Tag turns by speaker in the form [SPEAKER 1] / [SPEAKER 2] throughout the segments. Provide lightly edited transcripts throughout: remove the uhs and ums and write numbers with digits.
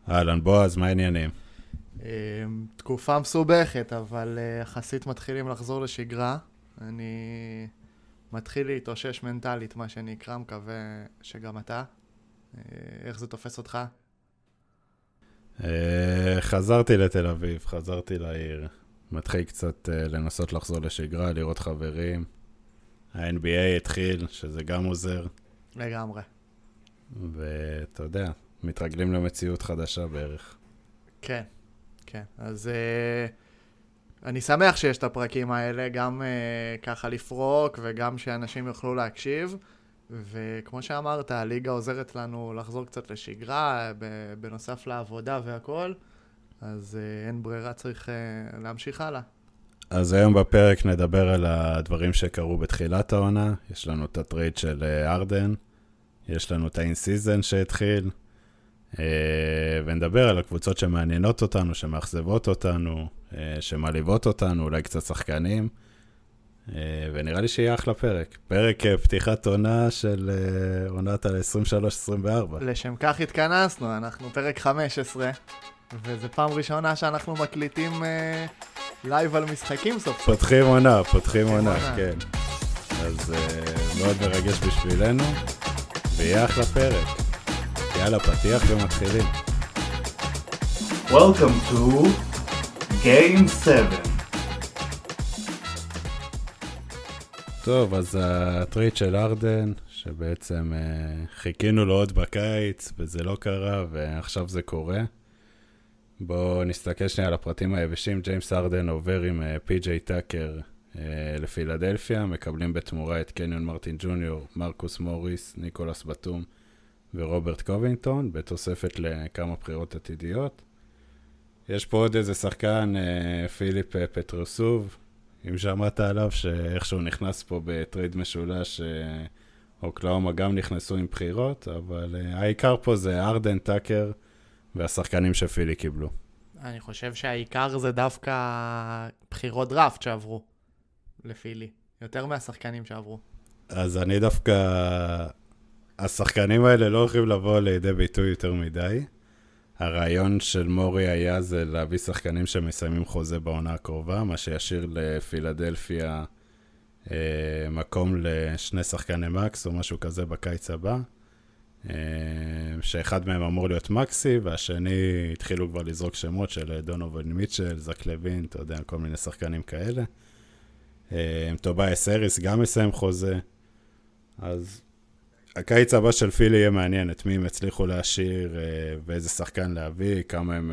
[SPEAKER 1] אהלן בועז, מה העניינים?
[SPEAKER 2] תקופה מסובכת, אבל יחסית מתחילים לחזור לשגרה. אני מתחיל להתאושש מנטלית, מה שנקרא, מקווה שגם אתה. איך זה תופס אותך?
[SPEAKER 1] חזרתי לתל אביב, חזרתי לעיר. מתחיל קצת לנסות לחזור לשגרה, לראות חברים. ה-NBA התחיל, שזה גם עוזר.
[SPEAKER 2] לגמרי.
[SPEAKER 1] ואתה יודע, מתרגלים למציאות חדשה בערך.
[SPEAKER 2] כן, כן. אז אני שמח שיש את הפרקים האלה, גם ככה לפרוק וגם שאנשים יוכלו להקשיב. וכמו שאמרת, הליגה עוזרת לנו לחזור קצת לשגרה, בנוסף לעבודה והכל. אז אין ברירה, צריך להמשיך הלאה.
[SPEAKER 1] אז היום בפרק נדבר על הדברים שקרו בתחילת העונה. יש לנו את הטרייד של ארדן, יש לנו את האין-סיזן שהתחיל, ונדבר על הקבוצות שמעניינות אותנו, שמאכזבות אותנו, שמעליבות אותנו, אולי קצת שחקנים, ונראה לי שיהיה אחלה פרק. פרק פתיחת עונה של עונת על 23-24.
[SPEAKER 2] לשם כך התכנסנו, אנחנו פרק 15, וזו פעם ראשונה שאנחנו מקליטים לייב על משחקים סוף סוף.
[SPEAKER 1] פותחים עונה, כן. אז מאוד מרגש בשבילנו, ויהיה אחלה פרק. יאללה, פתיח ומתחילים.
[SPEAKER 3] Welcome to Game 7.
[SPEAKER 1] טוב, אז הטרייד של ארדן, שבעצם חיכינו לו עוד בקיץ, וזה לא קרה, ועכשיו זה קורה. בואו נסתכל שנייה על הפרטים היבשים. ג'יימס ארדן עובר עם פי.ג'יי טאקר לפילדלפיה, מקבלים בתמורה את קניון מרטין ג'וניור, מרקוס מוריס, ניקולס בטום ורוברט קובינגטון, בתוספת לכמה בחירות עתידיות. יש פה עוד איזה שחקן, פיליפ פטרוסוב, אם שמעת עליו שאיכשהו נכנס פה בטרייד משולש, אוקלאומה גם נכנסו עם בחירות, אבל העיקר פה זה ארדן, טאקר והשחקנים שפילי קיבלו.
[SPEAKER 2] אני חושב שהעיקר זה דווקא בחירות דראפט שעברו לפילי, יותר מהשחקנים שעברו.
[SPEAKER 1] אז אני דווקא, השחקנים האלה לא הולכים לבוא לידי ביטוי יותר מדי. הרעיון של מורי היה זה להביא שחקנים שמסיימים חוזה בעונה הקרובה, מה שישאיר לפילדלפיה מקום לשני שחקני מקס או משהו כזה בקיץ הבא. שאחד מהם אמור להיות מקסי, והשני התחילו כבר לזרוק שמות של דונובין מיטשל, זק לוין, אתה יודע, כל מיני שחקנים כאלה. טובייס האריס גם מסיים חוזה. אז הקיץ הבא של פילי יהיה מעניין, את מי הם הצליחו להשאיר, ואיזה שחקן להביא, כמה הם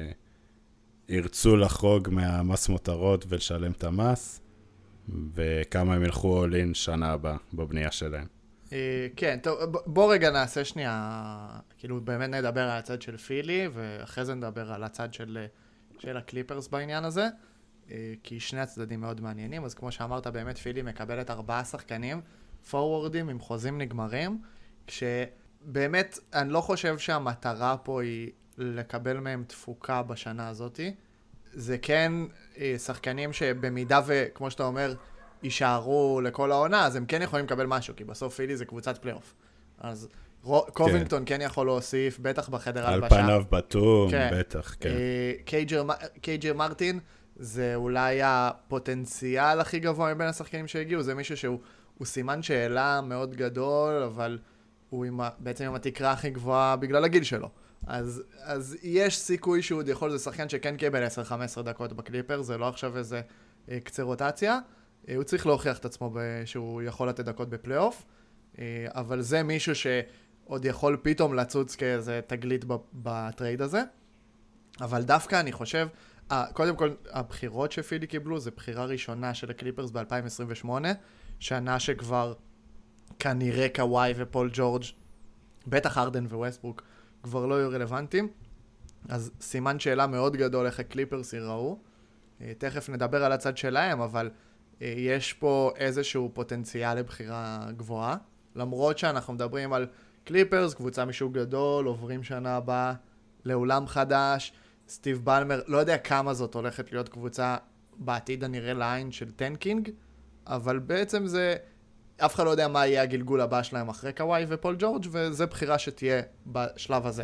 [SPEAKER 1] ירצו לחרוג מהמס מותרות ולשלם את המס, וכמה הם ילכו all in שנה הבאה בבנייה שלהם.
[SPEAKER 2] כן, טוב, בוא רגע נעשה שנייה, כאילו באמת נדבר על הצד של פילי, ואחרי זה נדבר על הצד של הקליפרס בעניין הזה, כי שני הצדדים מאוד מעניינים. אז כמו שאמרת, באמת פילי מקבלת 4 שחקנים, פורוורדים עם חוזים נגמרים, כשבאמת אני לא חושב שהמטרה פה היא לקבל מהם תפוקה בשנה הזאת. זה כן שחקנים שבמידה וכמו שאתה אומר, יישארו לכל העונה, אז הם כן יכולים לקבל משהו, כי בסוף פילי זה קבוצת פלייאוף. אז קובינגטון כן יכול להוסיף, בטח בחדר הלבשה.
[SPEAKER 1] על פניו בטום, בטח, כן.
[SPEAKER 2] קייג'ר מרטין, זה אולי הפוטנציאל הכי גבוה מבין השחקנים שהגיעו, זה מישהו שהוא סימן שאלה מאוד גדול, אבל הוא בעצם עם התקרה הכי גבוהה בגלל הגיל שלו. אז יש סיכוי שהוא עוד יכול, זה שחקן שכן קיבל 10-15 דקות בקליפר, זה לא עכשיו איזה קצה רוטציה. הוא צריך להוכיח את עצמו שהוא יכול לתת דקות בפלייאוף, אבל זה מישהו שעוד יכול פתאום לצוץ כאיזה תגלית בטרייד הזה. אבל דווקא אני חושב, קודם כל הבחירות שפילי קיבלו זה בחירה ראשונה של הקליפרס ב-2028, שנה שכבר כנראה קוואי ופול ג'ורג', בטח ארדן וווסטברוק, כבר לא יהיו רלוונטיים. אז סימן שאלה מאוד גדול איך הקליפרס ייראו. תכף נדבר על הצד שלהם, אבל יש פה איזשהו פוטנציאל לבחירה גבוהה. למרות שאנחנו מדברים על קליפרס, קבוצה משהו גדול, עוברים שנה הבאה לעולם חדש, סטיב בלמר, לא יודע כמה זאת הולכת להיות קבוצה בעתיד הנראה לעין של טנקינג, אבל בעצם זה, אף אחד לא יודע מה יהיה הגלגול הבא שלהם אחרי קוואי ופול ג'ורג', וזה בחירה שתהיה בשלב הזה.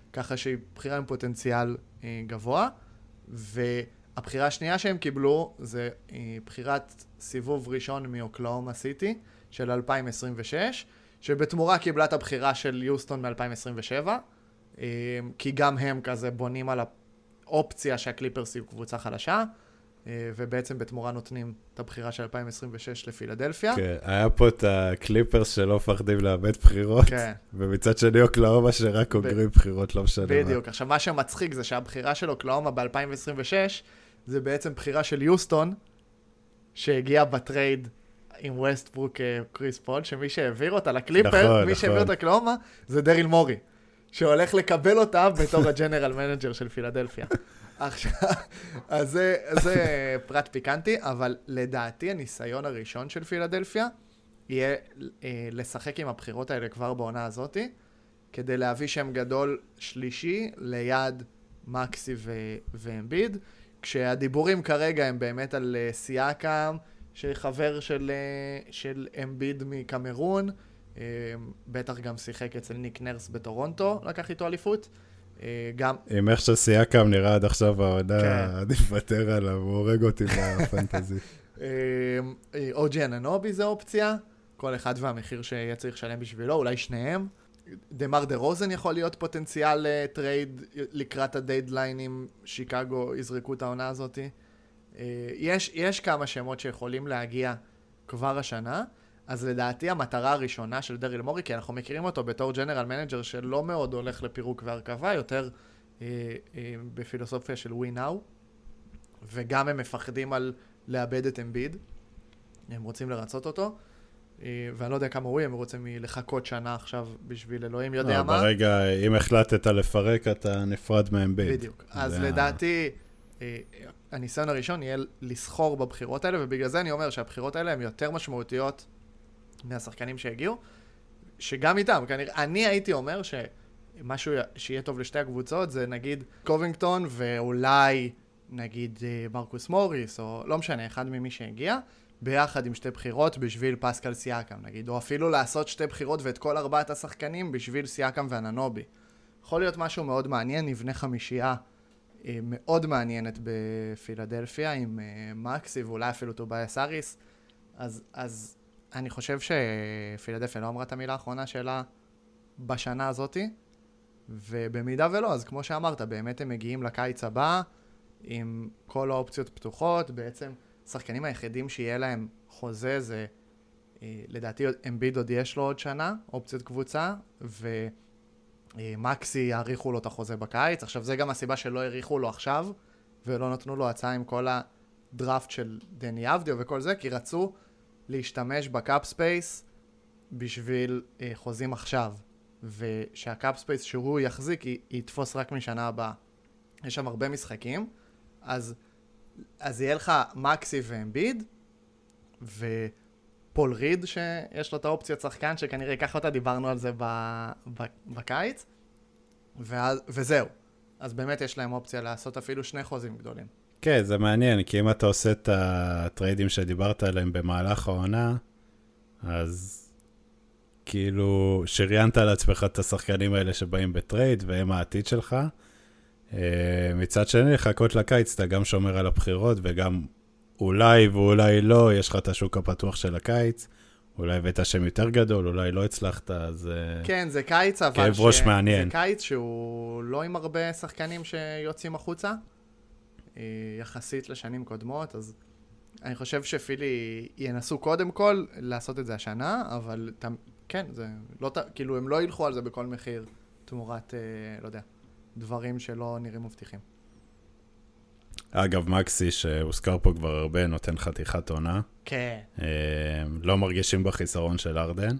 [SPEAKER 2] ככה שהיא בחירה עם פוטנציאל גבוה, והבחירה השנייה שהם קיבלו זה בחירת סיבוב ראשון מאוקלאומה סיטי של 2026, שבתמורה קיבלה את הבחירה של יוסטון מ-2027, כי גם הם כזה בונים על האופציה שהקליפרס יהיו קבוצה חלשה, ובעצם בתמורה נותנים את הבחירה של 2026 לפילדלפיה.
[SPEAKER 1] כן, היה פה את הקליפרס שלא מפחדים לאבד בחירות,
[SPEAKER 2] כן.
[SPEAKER 1] ומצד שני אוקלאומה שרק אוגרים בחירות, לא משנה מה.
[SPEAKER 2] בדיוק. עכשיו, מה שמצחיק זה שהבחירה של אוקלאומה ב-2026, זה בעצם בחירה של יוסטון, שהגיעה בטרייד עם ווסטברוק קריס פול, שמי שהעביר אותה לקליפר, מי שהעביר אותה אוקלאומה, זה דריל מורי, שהולך לקבל אותה בתור הג'נרל מנג'ר של פילדלפיה. עכשיו, אז זה פרט פיקנטי, אבל לדעתי הניסיון הראשון של פילדלפיה יהיה לשחק עם הבחירות האלה כבר בעונה הזאת, כדי להביא שם גדול שלישי ליד מקסי ואמביד, כשהדיבורים כרגע הם באמת על סייקם, שחבר של אמביד מקמרון, בטח גם שיחק אצל ניק נרס בטורונטו, לקח איתו אליפות. גם...
[SPEAKER 1] עם איך שסייקם נראה עד עכשיו העונה, עדיף לוותר עליו, הוא הורג אותי בפנטזי.
[SPEAKER 2] אוג'י אננובי זה אופציה, כל אחד והמחיר שיהיה צריך לשלם בשבילו, אולי שניהם. דמר דה רוזן יכול להיות פוטנציאל טרייד לקראת הדיידליין אם שיקגו יזרקו את העונה הזאת. יש כמה שמות שיכולים להגיע כבר השנה, אז לדעתי המטרה הראשונה של דריל מורי, כי אנחנו מכירים אותו בתור ג'נרל מנג'ר שלא מאוד הולך לפירוק והרכבה, יותר בפילוסופיה של we now, וגם הם מפחדים על לאבד את אמביד, הם רוצים לרצות אותו, ואני לא יודע כמה הם רוצים לחכות שנה עכשיו בשביל אלוהים יודע מה.
[SPEAKER 1] ברגע, אם החלטת לפרק, אתה נפרד מאמביד.
[SPEAKER 2] בדיוק. אז לדעתי, הניסיון הראשון יהיה לסחור בבחירות האלה, ובגלל זה אני אומר שהבחירות האלה הן יותר משמעותיות מהשחקנים שהגיעו, שגם איתם, אני הייתי אומר שמשהו שיהיה טוב לשתי הקבוצות, זה נגיד קובינגטון ואולי נגיד מרקוס מוריס, או לא משנה, אחד ממי שהגיע, ביחד עם שתי בחירות בשביל פסקל סייקם, נגיד, או אפילו לעשות שתי בחירות ואת כל ארבעת השחקנים בשביל סייקם ואננובי. יכול להיות משהו מאוד מעניין, נבנה חמישייה מאוד מעניינת בפילדלפיה עם מקסי ואולי אפילו טובייס אריס, אז אני חושב שפילדלפיה לא אמרה את המילה האחרונה שלה בשנה הזאת, ובמידה ולא, אז כמו שאמרת, באמת הם מגיעים לקיץ הבא עם כל האופציות פתוחות, בעצם שחקנים היחידים שיהיה להם חוזה זה, לדעתי אמביד עוד יש לו עוד שנה, אופציות קבוצה, ומקסי יאריכו לו את החוזה בקיץ. עכשיו זה גם הסיבה שלא האריכו לו עכשיו, ולא נתנו לו הצעה עם כל הדראפט של דני אבדיו וכל זה, כי רצו להשתמש בקאפ ספייס בשביל חוזים עכשיו, ושהקאפ ספייס שהוא יחזיק יתפוס רק משנה הבאה. יש שם הרבה משחקים, אז יהיה לך מקסי ואמביד, ופול ריד שיש לו את האופציית שחקן, שכנראה ייקח אותה, דיברנו על זה בקיץ, וזהו. אז באמת יש להם אופציה לעשות אפילו שני חוזים גדולים.
[SPEAKER 1] כן, זה מעניין, כי אם אתה עושה את הטריידים שדיברת עליהם במהלך העונה, אז כאילו שריינת על עצמך את השחקנים האלה שבאים בטרייד, והם העתיד שלך. מצד שני, לחכות לקיץ, אתה גם שומר על הבחירות, וגם אולי ואולי לא, יש לך את השוק הפתוח של הקיץ, אולי הבאת שם יותר גדול, אולי לא הצלחת, אז...
[SPEAKER 2] כן, זה קיץ, אבל...
[SPEAKER 1] כאב ראש מעניין.
[SPEAKER 2] זה קיץ שהוא לא עם הרבה שחקנים שיוצאים החוצה, יחסית לשנים קודמות, אז אני חושב שפילי ינסו קודם כל לעשות את זה השנה, אבל כן, זה לא... כאילו, הם לא ילכו על זה בכל מחיר, תמורת, לא יודע, דברים שלא נראים מבטיחים.
[SPEAKER 1] אגב, מקסי, שהוזכר פה כבר הרבה, נותן חתיכת עונה.
[SPEAKER 2] כן.
[SPEAKER 1] לא מרגישים בחיסרון של ארדן,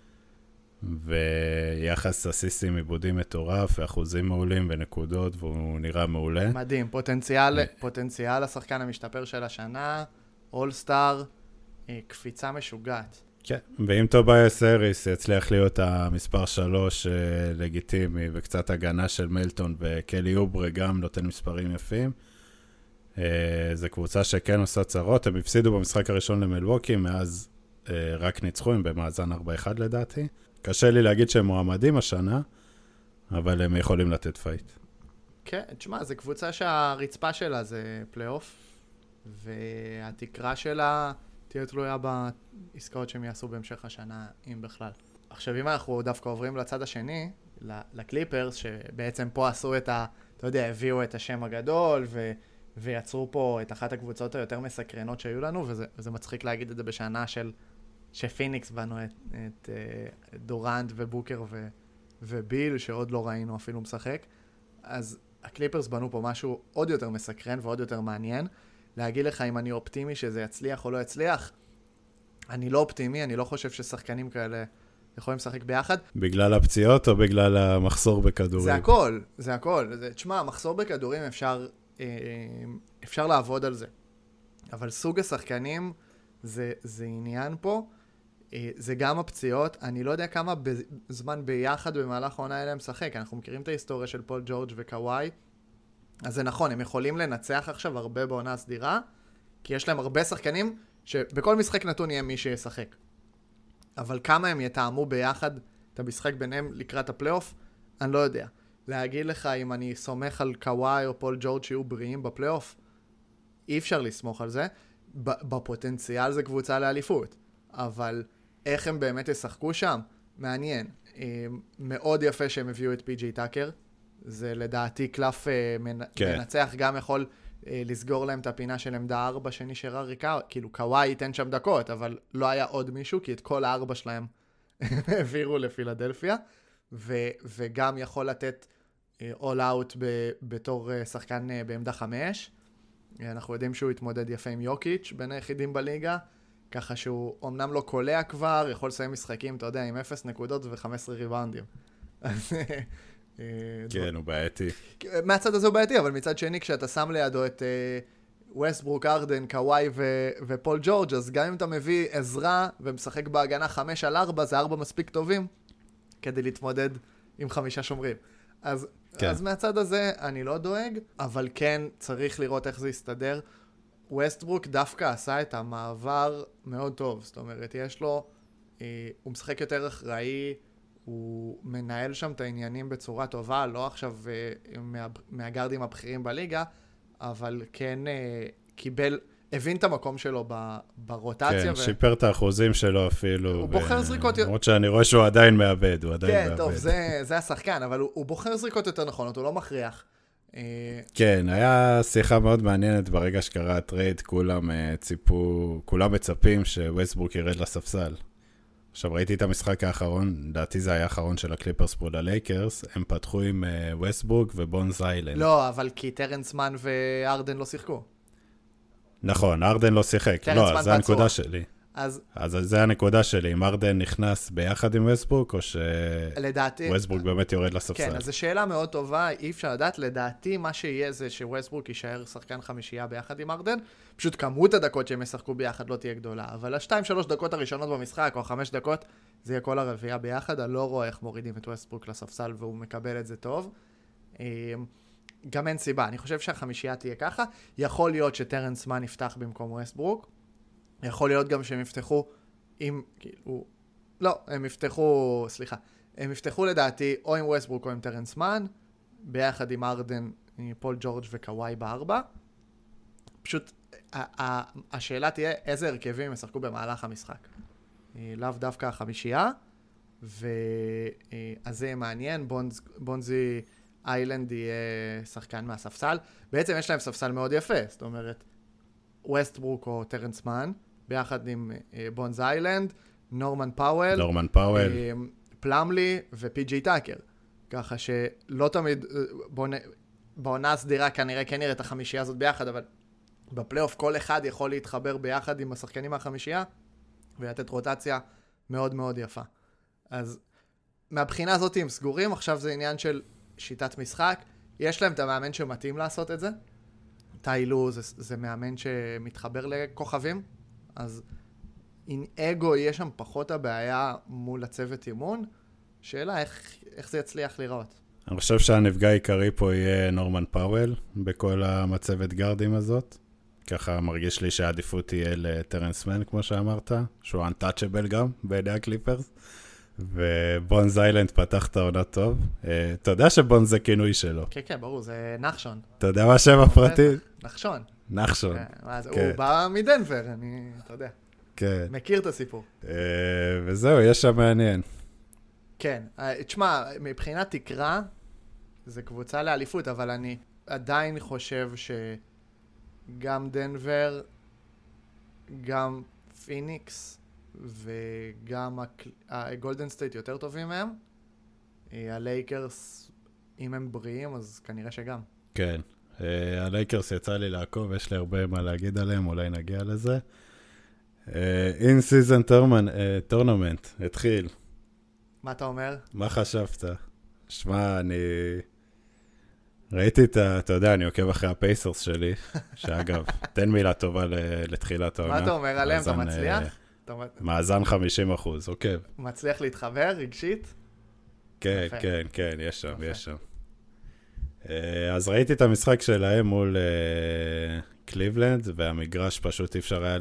[SPEAKER 1] ויחס אסיסטים עיבודים מטורף, ואחוזים מעולים ונקודות, והוא נראה מעולה.
[SPEAKER 2] מדהים, פוטנציאל השחקן המשתפר של השנה, אול-סטאר, קפיצה משוגעת.
[SPEAKER 1] כן, ואם טובייס אריס יצליח להיות המספר 3 לגיטימי, וקצת הגנה של מילטון וקלי אוברה גם נותן מספרים יפים, זו קבוצה שכן עושה צרות, הם הפסידו במשחק הראשון למילווקי, מאז רק ניצחו, הם במאזן 4-1 לדעתי. קשה לי להגיד שהם מועמדים השנה, אבל הם יכולים לתת פייט.
[SPEAKER 2] כן, תשמע, זו קבוצה שהרצפה שלה זה פלייאוף, והתקרה שלה תהיה תלויה בעסקאות שהם יעשו בהמשך השנה, אם בכלל. עכשיו, אם אנחנו דווקא עוברים לצד השני, לקליפרס, שבעצם פה עשו את אתה יודע, הביאו את השם הגדול, ויצרו פה את אחת הקבוצות היותר מסקרנות שהיו לנו, וזה מצחיק להגיד את זה בשנה שפיניקס בנו את דורנט ובוקר וביל, שעוד לא ראינו אפילו משחק. אז הקליפרס בנו פה משהו עוד יותר מסקרן ועוד יותר מעניין. להגיד לך אם אני אופטימי שזה יצליח או לא יצליח, אני לא אופטימי, אני לא חושב ששחקנים כאלה יכולים לשחק ביחד.
[SPEAKER 1] בגלל הפציעות או בגלל המחסור בכדורים?
[SPEAKER 2] זה הכל. תשמע, מחסור בכדורים אפשר לעבוד על זה. אבל סוג השחקנים זה עניין פה. זה גם הפציעות. אני לא יודע כמה זמן ביחד במהלך העונה האלה הם משחק. אנחנו מכירים את ההיסטוריה של פול ג'ורג' וקוואי. אז זה נכון, הם יכולים לנצח עכשיו הרבה בעונה הסדירה, כי יש להם הרבה שחקנים שבכל משחק נתון יהיה מי שישחק. אבל כמה הם יתאמו ביחד את המשחק ביניהם לקראת הפלייאוף, אני לא יודע. להגיד לך אם אני סומך על קוואי או פול ג'ורג' שיהיו בריאים בפלייאוף, אי אפשר לסמוך על זה. בפוטנציאל זה קבוצה לאליפות. אבל איך הם באמת ישחקו שם? מעניין. מאוד יפה שהם הביאו את פי.ג'יי טאקר. זה לדעתי קלף מנצח, גם יכול לסגור להם את הפינה של עמדה 4 שנשארה ריקה. כאילו קוואי ייתן שם דקות, אבל לא היה עוד מישהו, כי את כל 4 שלהם העבירו לפילדלפיה. וגם יכול לתת all out בתור שחקן בעמדה 5. אנחנו יודעים שהוא התמודד יפה עם יוקיץ' בין היחידים בליגה, ככה שהוא אומנם לא קולע כבר, יכול לסיים משחקים, אתה יודע, עם 0 נקודות ו-15 ריבאונדים.
[SPEAKER 1] כן, הוא בעייתי.
[SPEAKER 2] מהצד הזה הוא בעייתי, אבל מצד שני, כשאתה שם לידו את ווסטברוק, ארדן, קוואי ופול ג'ורג', אז גם אם אתה מביא עזרה ומשחק בהגנה 5-4, זה 4 מספיק טובים כדי להתמודד עם 5 שומרים. אז מהצד הזה אני לא דואג, אבל כן צריך לראות איך זה יסתדר. ווסטברוק דווקא עשה את המעבר מאוד טוב, זאת אומרת, יש לו, הוא משחק יותר אחראי, הוא מנהל שם את העניינים בצורה טובה, לא עכשיו מהגרדים הבכירים בליגה, אבל כן הבין את המקום שלו ברוטציה.
[SPEAKER 1] כן, שיפר את האחוזים שלו אפילו.
[SPEAKER 2] הוא בוחר זריקות...
[SPEAKER 1] למרות שאני רואה שהוא עדיין מאבד,
[SPEAKER 2] כן, טוב, זה השחקן, אבל הוא בוחר זריקות יותר נכונות, הוא לא מכריח.
[SPEAKER 1] כן, היה שיחה מאוד מעניינת ברגע שקרה הטרייד, כולם מצפים שווסטברוק ירד לספסל. עכשיו ראיתי את המשחק האחרון, לדעתי זה היה האחרון של הקליפרס מול הלייקרס, הם פתחו עם ווסטברוק ובונז איילנד.
[SPEAKER 2] לא, אבל כי טרנס מן וארדן לא שיחקו.
[SPEAKER 1] נכון, ארדן לא שיחק. לא, זה הנקודה שלי. אז זה הנקודה שלי, אם ארדן נכנס ביחד עם ווסטברוק, או שווסטברוק באמת יורד לספסל.
[SPEAKER 2] כן, אז זו שאלה מאוד טובה, אי אפשר לדעת, לדעתי מה שיהיה זה שווסטברוק יישאר שחקן חמישייה ביחד עם ארדן, פשוט כמות הדקות שהם ישחקו ביחד לא תהיה גדולה, אבל 2-3 דקות הראשונות במשחק, או 5 דקות, זה יהיה כל הרביעייה ביחד, אני לא רואה איך מורידים את ווסטברוק לספסל, והוא מקבל את זה טוב. גם אין סיבה, אני חושב שהחמישייה תהיה ככה, יכול להיות שטרנס מן יפתח במקום ווסטברוק, יכול להיות גם שהם יפתחו עם, כאילו, לא, הם יפתחו לדעתי או עם ווסטברוק או עם טרנס מן, ביחד עם ארדן, פול ג'ורג' וקוואי ב4. פשוט, השאלה תהיה איזה הרכבים ישחקו במהלך המשחק. לאו דווקא החמישייה, אז זה מעניין, בונזי איילנד יהיה שחקן מהספסל. בעצם יש להם ספסל מאוד יפה, זאת אומרת, ווסטברוק או טרנס מן, ביחד עם בונז איילנד, נורמן פאוול, פלמלי ופי.ג'יי טאקר. ככה שלא תמיד, בעונה הסדירה כנראה כן נראה את החמישייה הזאת ביחד, אבל בפלייאוף כל אחד יכול להתחבר ביחד עם השחקנים מהחמישייה, ולתת רוטציה מאוד מאוד יפה. אז מהבחינה הזאת הם סגורים, עכשיו זה עניין של שיטת משחק, יש להם את המאמן שמתאים לעשות את זה, טיילו זה מאמן שמתחבר לכוכבים, אז עם אגו יש שם פחות הבעיה מול הצוות אימון, שאלה איך זה יצליח לראות.
[SPEAKER 1] אני חושב שהנפגע העיקרי פה יהיה נורמן פאוול, בכל המצבת גרדים הזאת, ככה מרגיש לי שהעדיפות תהיה לטרנס מן, כמו שאמרת, שהוא untouchable גם, בידי הקליפרס, ובונז איילנד פתח את העונה טוב. אתה יודע שבונז זה כינוי שלו.
[SPEAKER 2] כן, כן, ברור, זה נחשון.
[SPEAKER 1] אתה יודע מה השם הפרטי?
[SPEAKER 2] נחשון.
[SPEAKER 1] נחשון.
[SPEAKER 2] הוא בא מדנבר, אתה יודע.
[SPEAKER 1] כן.
[SPEAKER 2] מכיר את הסיפור.
[SPEAKER 1] וזהו, יש שם מעניין.
[SPEAKER 2] כן, תשמע, מבחינת תקרה, זה קבוצה לאליפות, אבל אני עדיין חושב שגם דנבר, גם פיניקס, וגם הגולדן סטייט יותר טובים מהם. הלייקרס, אם הם בריאים, אז כנראה שגם.
[SPEAKER 1] כן. הלייקרס יצא לי לעקוב, יש לי הרבה מה להגיד עליהם, אולי נגיע לזה. In-season tournament, התחיל.
[SPEAKER 2] מה אתה אומר?
[SPEAKER 1] מה חשבת? שמע, אני ראיתי אתה יודע, אני עוקב אחרי הפייסרס שלי, שאגב, תן מילה טובה לתחילת העונה.
[SPEAKER 2] מה אתה אומר עליהם? אתה מצליח?
[SPEAKER 1] מאזן 50%, עוקב.
[SPEAKER 2] מצליח להתחבר רגשית?
[SPEAKER 1] כן, כן, כן, יש שם, יש שם. אז ראיתי את המשחק שלהם מול קליבלנד, והמגרש פשוט אי אפשר היה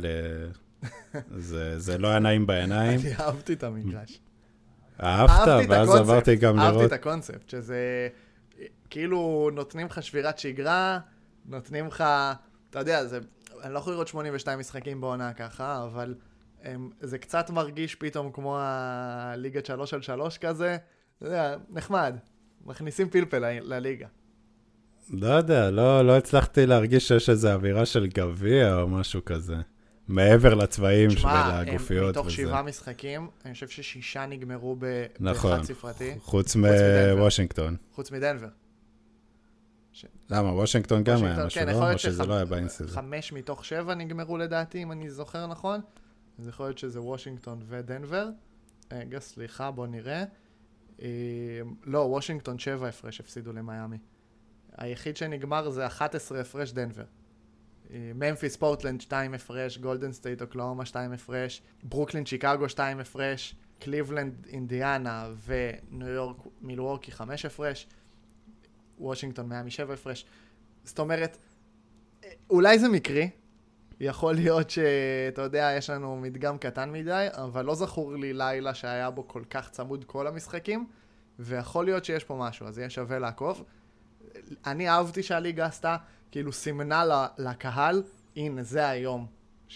[SPEAKER 1] זה לא היה נעים בעיניים.
[SPEAKER 2] אני אהבתי את המגרש.
[SPEAKER 1] אהבת, ואז עברתי גם לראות.
[SPEAKER 2] אהבתי את הקונספט, שזה כאילו נותנים לך שבירת שגרה, נותנים לך, אתה יודע, אני לא יכול לראות 82 משחקים בעונה ככה, אבל זה קצת מרגיש פתאום כמו הליגת 3-3 כזה, אתה יודע, נחמד, מכניסים פלפל לליגה.
[SPEAKER 1] לא יודע, לא הצלחתי להרגיש שיש איזו אווירה של גביע או משהו כזה. מעבר לצבעים ולגופיות.
[SPEAKER 2] מתוך 7 משחקים, אני חושב ש6 נגמרו
[SPEAKER 1] נכון,
[SPEAKER 2] באחד ספרתי.
[SPEAKER 1] חוץ מוושינגטון.
[SPEAKER 2] חוץ מדנבר.
[SPEAKER 1] למה? וושינגטון גם היה משהו, לא? או שזה לא היה באינסט.
[SPEAKER 2] 5 מתוך 7 נגמרו לדעתי, אם אני זוכר נכון. אז יכול להיות שזה וושינגטון ודנבר. רגע, סליחה, בוא נראה. לא, וושינגטון 7 הפרש הפסידו למיימי. היחיד שנגמר זה 11 הפרש דנבר. ממפיס פורטלנד 2 הפרש, גולדן סטייט אוקלאומה 2 הפרש, ברוקלין שיקגו 2 הפרש, קליבלנד אינדיאנה וניו יורק מילווקי 5 הפרש, וושינגטון מיאמי 7 הפרש. זאת אומרת, אולי זה מקרי, יכול להיות שאתה יודע, יש לנו מדגם קטן מדי, אבל לא זכור לי לילה שהיה בו כל כך צמוד כל המשחקים, ויכול להיות שיש פה משהו, אז יהיה שווה לעקוב. אני אהבתי שהליגה עשתה, כאילו סימנה לקהל, הנה זה היום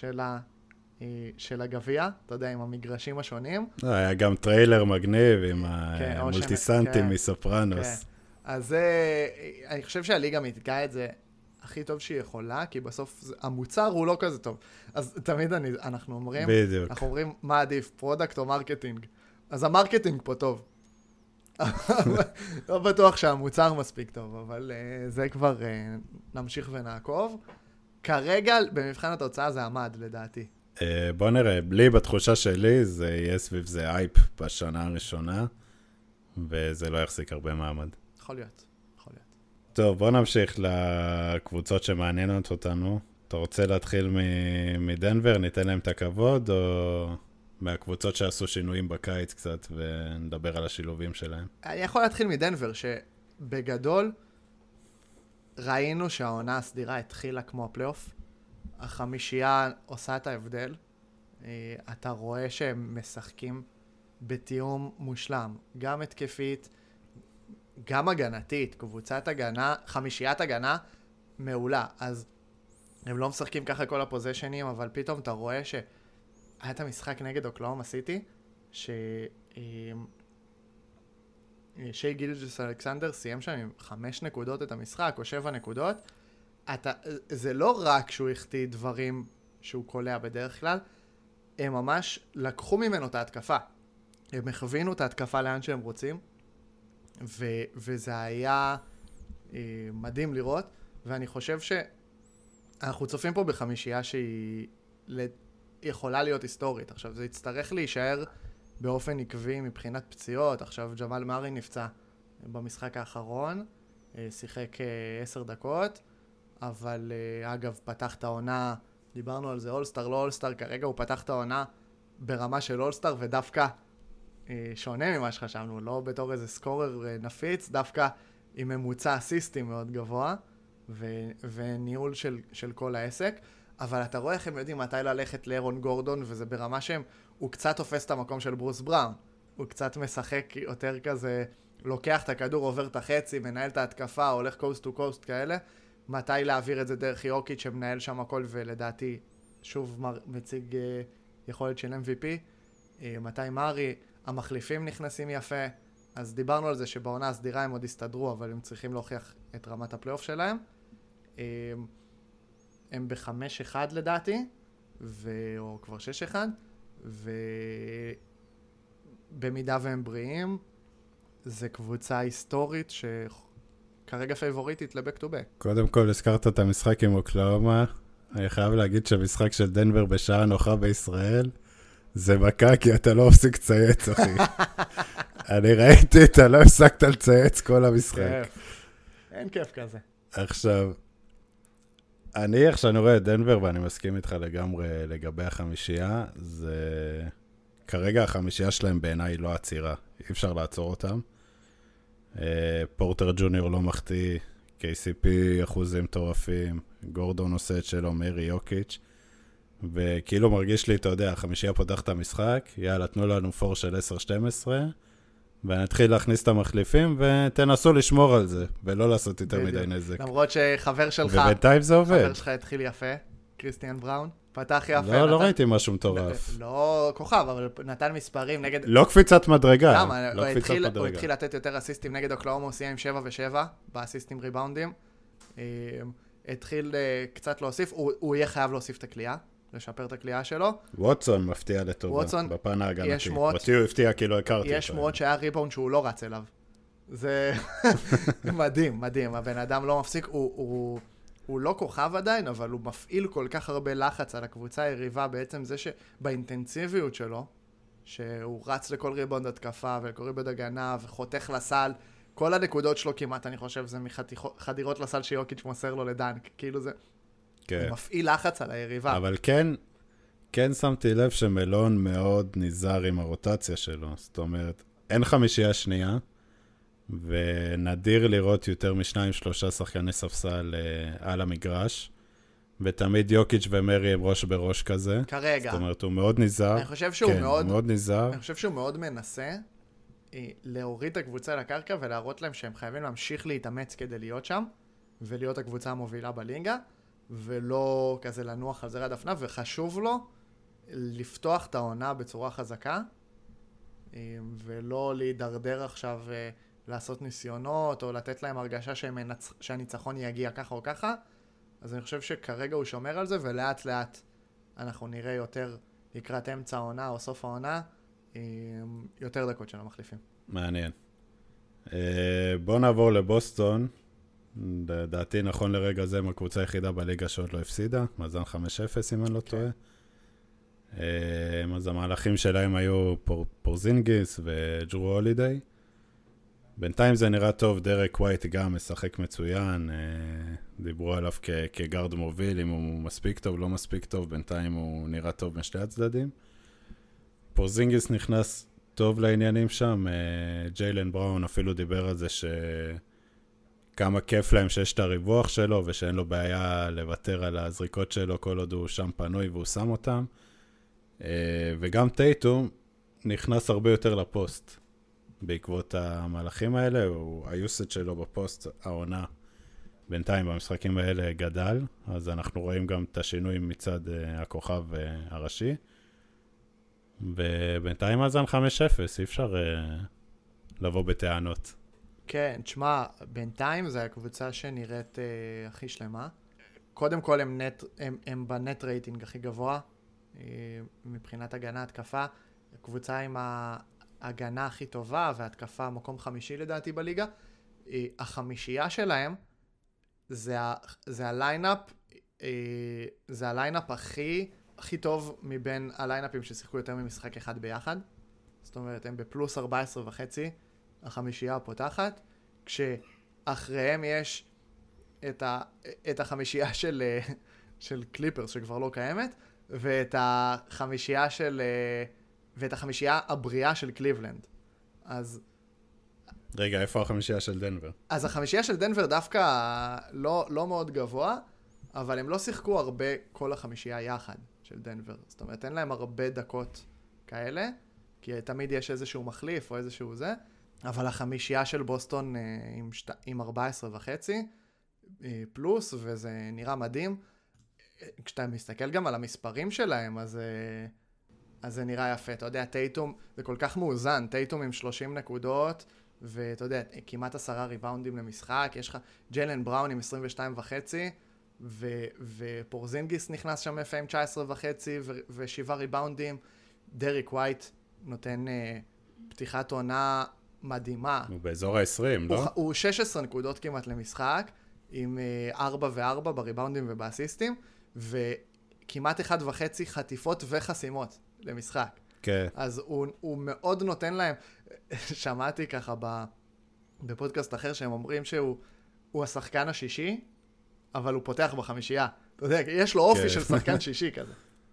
[SPEAKER 2] של הגביע, אתה יודע, עם המגרשים השונים.
[SPEAKER 1] היה גם טריילר מגניב עם המולטיסנטים מסופרנוס.
[SPEAKER 2] אז אני חושב שהליגה מתגעה את זה הכי טוב שהיא יכולה, כי בסוף המוצר הוא לא כזה טוב. אז תמיד אנחנו אומרים, אנחנו אומרים מה עדיף, פרודקט או מרקטינג. אז המרקטינג פה טוב. לא בטוח שהמוצר מספיק טוב, אבל זה כבר נמשיך ונעקוב. כרגע, במבחן התוצאה זה עמד, לדעתי.
[SPEAKER 1] בוא נראה, בלי בתחושה שלי, זה יהיה סביב זה אייפ בשנה הראשונה, וזה לא יחזיק הרבה מעמד.
[SPEAKER 2] יכול להיות, יכול להיות.
[SPEAKER 1] טוב, בוא נמשיך לקבוצות שמעניינות אותנו. אתה רוצה להתחיל מדנבר, ניתן להם את הכבוד, או מהקבוצות שעשו שינויים בקיץ קצת, ונדבר על השילובים שלהם?
[SPEAKER 2] אני יכול להתחיל מדנבר, שבגדול ראינו שהעונה הסדירה התחילה כמו הפלייאוף. החמישייה עושה את ההבדל. אתה רואה שהם משחקים בתיאום מושלם. גם התקפית, גם הגנתית, קבוצת הגנה, חמישיית הגנה מעולה. אז הם לא משחקים ככה כל הפוזיישנים, אבל פתאום אתה רואה שהיה את המשחק נגד אוקלאומה סיטי, שי גילג'וס אלכסנדר סיים שם עם 5 נקודות את המשחק, או 7 נקודות. זה לא רק שהוא החטיא דברים שהוא קולע בדרך כלל, הם ממש לקחו ממנו את ההתקפה. הם הכווינו את ההתקפה לאן שהם רוצים, וזה היה מדהים לראות, ואני חושב שאנחנו צופים פה בחמישייה שהיא יכולה להיות היסטורית. עכשיו, זה יצטרך להישאר באופן עקבי מבחינת פציעות. עכשיו, ג'מאל מארי נפצע במשחק האחרון, שיחק 10 דקות, אבל אגב, פתח את העונה, דיברנו על זה, אולסטאר, לא אולסטאר, כרגע הוא פתח את העונה ברמה של אולסטאר, ודווקא שונה ממה שחשבנו, לא בתור איזה סקורר נפיץ, דווקא עם ממוצע אסיסטי מאוד גבוה, וניהול של כל העסק. אבל אתה רואה איך הם יודעים מתי ללכת לאירון גורדון, וזה ברמה שהם, הוא קצת תופס את המקום של ברוס בראון. הוא קצת משחק יותר כזה, לוקח את הכדור, עובר את החצי, מנהל את ההתקפה, הולך קוסט טו קוסט כאלה. מתי להעביר את זה דרך יוקיץ' שמנהל שם הכל, ולדעתי שוב מציג יכולת של MVP. מתי מארי, המחליפים נכנסים יפה. אז דיברנו על זה שבעונה הסדירה הם עוד הסתדרו, אבל הם צריכים להוכיח את רמת הפלייאוף שלהם. הם ב-5-1 לדעתי, או כבר 6-1, ובמידה והם בריאים, זה קבוצה היסטורית שכרגע פייבוריטית לבק טו בק.
[SPEAKER 1] קודם כל הזכרת את המשחק עם אוקלאומה, אני חייב להגיד שהמשחק של דנבר בשעה נוחה בישראל, זה מכה כי אתה לא מפסיק צייץ, אחי. אני ראיתי, אתה לא הפסקת לצייץ כל המשחק.
[SPEAKER 2] אין כיף כזה.
[SPEAKER 1] עכשיו, איך שאני רואה את דנבר, ואני מסכים איתך לגמרי לגבי החמישייה, זה... כרגע החמישייה שלהם בעיניי לא עצירה, אי אפשר לעצור אותם. פורטר ג'וניור לא מחטיא, KCP אחוזים מטורפים, גורדון עושה את שלו, מרי יוקיץ', וכאילו מרגיש לי, אתה יודע, החמישייה פותח את המשחק, יאללה, תנו לנו פור של 10-12, ונתחיל להכניס את המחליפים, ותנסו לשמור על זה, ולא לעשות יותר מדי נזק.
[SPEAKER 2] למרות שחבר שלך,
[SPEAKER 1] ובינתיים זה עובד.
[SPEAKER 2] חבר שלך התחיל יפה, קריסטיאן בראון, פתח יפה.
[SPEAKER 1] לא ראיתי משהו מטורף.
[SPEAKER 2] לא כוכב, אבל נתן מספרים נגד...
[SPEAKER 1] לא קפיצת מדרגה.
[SPEAKER 2] למה? הוא התחיל לתת יותר אסיסטים נגד אוקלאומה, הוא סיים עם 7 ו-7, באסיסטים ריבאונדים. התחיל קצת להוסיף, הוא יהיה חייב להוסיף את הקליעה. לשפר את הקליעה שלו.
[SPEAKER 1] ווטסון מפתיע לטובה, בפן ההגנתי. אותי הוא הפתיע, כאילו הכרתי.
[SPEAKER 2] יש שמועות שהיה ריבאונד שהוא לא רץ אליו. זה מדהים, מדהים. הבן אדם לא מפסיק, הוא לא כוכב עדיין, אבל הוא מפעיל כל כך הרבה לחץ על הקבוצה היריבה, בעצם זה שבאינטנסיביות שלו, שהוא רץ לכל ריבאונד התקפה ולכל ריבאונד הגנה וחותך לסל, כל הנקודות שלו כמעט, אני חושב, זה מחדירות לסל שיוקיץ' מוסר לו לדנק. כאילו זה... הוא מפעיל לחץ על היריבה.
[SPEAKER 1] אבל כן שמתי לב שמלון מאוד נזהר עם הרוטציה שלו. זאת אומרת, אין חמישייה שנייה, ונדיר לראות יותר מ2-3 שחקני ספסל על המגרש, ותמיד יוקיץ' ומרי הם ראש בראש כזה.
[SPEAKER 2] כרגע.
[SPEAKER 1] זאת אומרת, הוא מאוד נזהר.
[SPEAKER 2] אני חושב שהוא
[SPEAKER 1] מאוד נזהר.
[SPEAKER 2] אני חושב שהוא מאוד מנסה להוריד את הקבוצה לקרקע, ולהראות להם שהם חייבים להמשיך להתאמץ כדי להיות שם, ולהיות הקבוצה המובילה בליגה. ולא כזה לנוח על זרי הדפנה, וחשוב לו לפתוח את העונה בצורה חזקה, ולא להידרדר עכשיו לעשות ניסיונות, או לתת להם הרגשה שהניצחון יגיע ככה או ככה. אז אני חושב שכרגע הוא שומר על זה, ולאט לאט אנחנו נראה יותר לקראת אמצע העונה או סוף העונה, יותר דקות של המחליפים.
[SPEAKER 1] מעניין. בוא נעבור לבוסטון. לדעתי נכון לרגע זה הם הקבוצה היחידה בליגה שעוד לא הפסידה, מאזן 5-0 אם אני לא טועה. אז המהלכים שלהם היו פורזינגיס וג'רו הולידיי. בינתיים זה נראה טוב, דרק ווייט גם משחק מצוין, דיברו עליו כגארד מוביל, אם הוא מספיק טוב, לא מספיק טוב, בינתיים הוא נראה טוב משתי הצדדים. פורזינגיס נכנס טוב לעניינים שם, ג'יילן בראון אפילו דיבר על זה כמה כיף להם שיש את הריווח שלו, ושאין לו בעיה לוותר על הזריקות שלו, כל עוד הוא שם פנוי והוא שם אותם. וגם טייטום נכנס הרבה יותר לפוסט, בעקבות המהלכים האלה, היוסט שלו בפוסט, העונה, בינתיים במשחקים האלה גדל, אז אנחנו רואים גם את השינוי מצד הכוכב הראשי. ובינתיים מאזן 5-0, אי אפשר לבוא בטענות.
[SPEAKER 2] כן, תשמע, בינתיים זו הקבוצה שנראית הכי שלמה. קודם כל הם בנט רייטינג הכי גבוה, מבחינת הגנה, התקפה. הקבוצה עם ההגנה הכי טובה והתקפה מקום 5 לדעתי בליגה. החמישייה שלהם זה הליינאפ הכי טוב מבין הליינאפים ששיחקו יותר ממשחק אחד ביחד. זאת אומרת, הם בפלוס 14.5. החמישייה הפותחת, כשאחריהם יש את החמישייה של קליפרס שכבר לא קיימת, ואת החמישייה הבריאה של קליבלנד. אז...
[SPEAKER 1] רגע, איפה החמישייה של דנבר?
[SPEAKER 2] אז החמישייה של דנבר דווקא לא מאוד גבוה, אבל הם לא שיחקו הרבה כל החמישייה יחד של דנבר. זאת אומרת, אין להם הרבה דקות כאלה. כי תמיד יש איזשהו מחליף או איזשהו זה, אבל החמישייה של בוסטון עם 14.5 פלוס, וזה נראה מדהים. כשאתה מסתכל גם על המספרים שלהם, אז זה נראה יפה. אתה יודע, טייטום, זה כל כך מאוזן, טייטום עם 30 נקודות, ואתה יודע, כמעט 10 ריבאונדים למשחק, יש לך ג'יילן בראון עם 22.5, ופורזינגיס נכנס שם יפה עם 19.5, ו7 ריבאונדים. דריק ווייט נותן פתיחת עונה מדהימה.
[SPEAKER 1] הוא באזור ה-20, לא?
[SPEAKER 2] הוא 16 נקודות כמעט למשחק, עם 4 ו-4 בריבאונדים ובאסיסטים, וכמעט 1.5 חטיפות וחסימות למשחק.
[SPEAKER 1] כן.
[SPEAKER 2] אז הוא מאוד נותן להם, שמעתי ככה בפודקאסט אחר שהם אומרים שהוא השחקן השישי, אבל הוא פותח בחמישייה. אתה יודע, יש לו אופי של שחקן שישי כזה.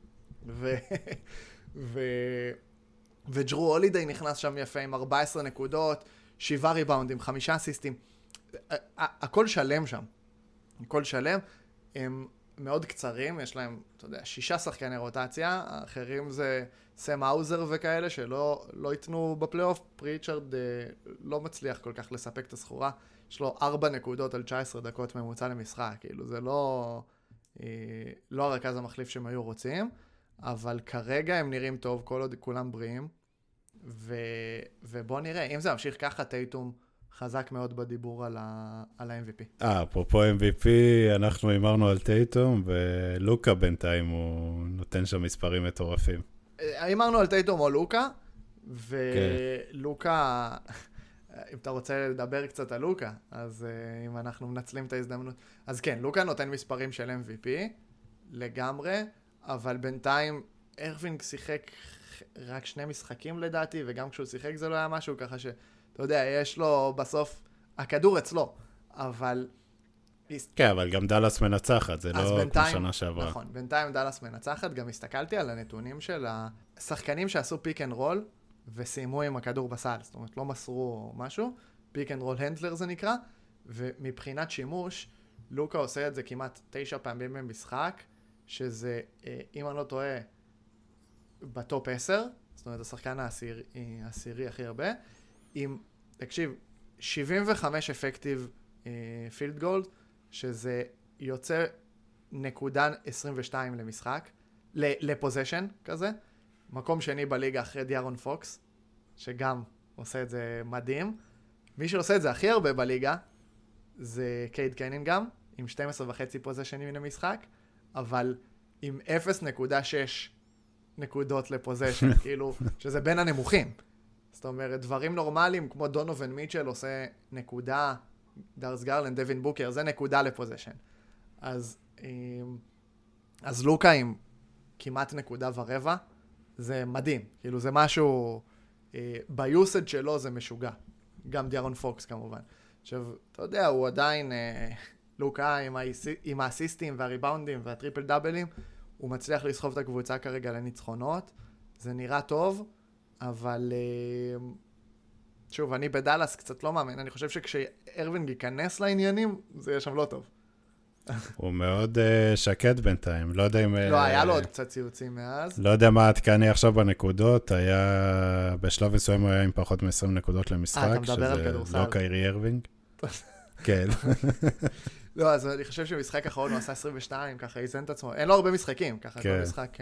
[SPEAKER 2] וג'רו הולידיי נכנס שם יפה עם 14 נקודות, 7 ריבאונדים, 5 אסיסטים. הכל שלם שם. הכל שלם. הם מאוד קצרים, יש להם, אתה יודע, 6 שחקני רוטציה, האחרים זה סם האוזר וכאלה שלא ייתנו בפלייאוף. פריצ'רד לא מצליח כל כך לספק את הסחורה. יש לו 4 נקודות על 19 דקות ממוצע למשחק. כאילו זה לא הרכז המחליף שהם היו רוצים, אבל כרגע הם נראים טוב, כל עוד כולם בריאים. ובוא נראה, אם זה ממשיך ככה, טייטום חזק מאוד בדיבור על ה-MVP.
[SPEAKER 1] אפרופו MVP, אנחנו אמרנו על טייטום, ולוקה בינתיים הוא נותן שם מספרים מטורפים.
[SPEAKER 2] אמרנו על טייטום או לוקה, ולוקה, אם אתה רוצה לדבר קצת על לוקה, אז אם אנחנו מנצלים את ההזדמנות, אז כן, לוקה נותן מספרים של MVP לגמרי, אבל בינתיים ארווינג שיחק רק 2 משחקים לדעתי, וגם כשהוא שיחק זה לא היה משהו ככה אתה יודע, יש לו בסוף, הכדור אצלו, אבל...
[SPEAKER 1] כן, אבל גם דלס מנצחת, זה לא כמו שנה שעברה.
[SPEAKER 2] נכון, בינתיים דלס מנצחת, גם הסתכלתי על הנתונים של השחקנים שעשו פיק אנד רול, וסיימו עם הכדור בסל, זאת אומרת, לא מסרו משהו, פיק אנד רול הנדלר זה נקרא, ומבחינת שימוש, לוקה עושה את זה כמעט 9 פעמים במשחק, שזה, אם אני לא טועה, בטופ 10, זאת אומרת, השחקן העשירי הכי הרבה, עם, תקשיב, 75 אפקטיב פילד גולד, שזה יוצא נקודה 22 למשחק, לפוזיישן כזה, מקום שני בליגה אחרי דיארון פוקס, שגם עושה את זה מדהים. מי שעושה את זה הכי הרבה בליגה, זה קייד קנינגהאם, עם 12.5 פוזיישנים למשחק, אבל עם 0.6 נקודות לפוזיישן, כאילו, שזה בין הנמוכים. זאת אומרת, דברים נורמליים, כמו דונובין מיטשל עושה נקודה, דארס גרלנד, דווין בוקר, זה נקודה לפוזיישן. אז לוקה עם כמעט נקודה ורבע, זה מדהים. כאילו, זה משהו, ביוסד שלו זה משוגע. גם דיארון פוקס כמובן. עכשיו, אתה יודע, הוא עדיין, לוקה עם האסיסטים והריבאונדים והטריפל דאבלים, הוא מצליח לסחוב את הקבוצה כרגע לניצחונות. זה נראה טוב, אבל שוב, אני בדלס קצת לא מאמין. אני חושב שכשארווינג ייכנס לעניינים, זה יהיה שם לא טוב.
[SPEAKER 1] הוא מאוד שקט בינתיים. לא יודע אם...
[SPEAKER 2] לא, היה לו עוד קצת ציוצים מאז.
[SPEAKER 1] לא יודע מה עדכני עכשיו בנקודות. היה... בשלב מסוים הוא היה עם פחות מ-20 נקודות למשחק.
[SPEAKER 2] אתה מדבר על כדורסל.
[SPEAKER 1] שזה לא קיירי ארווינג. כן.
[SPEAKER 2] לא, אז אני חושב שמשחק האחרון הוא עשה 22, ככה איזן את עצמו. אין לו הרבה משחקים, ככה כל משחק...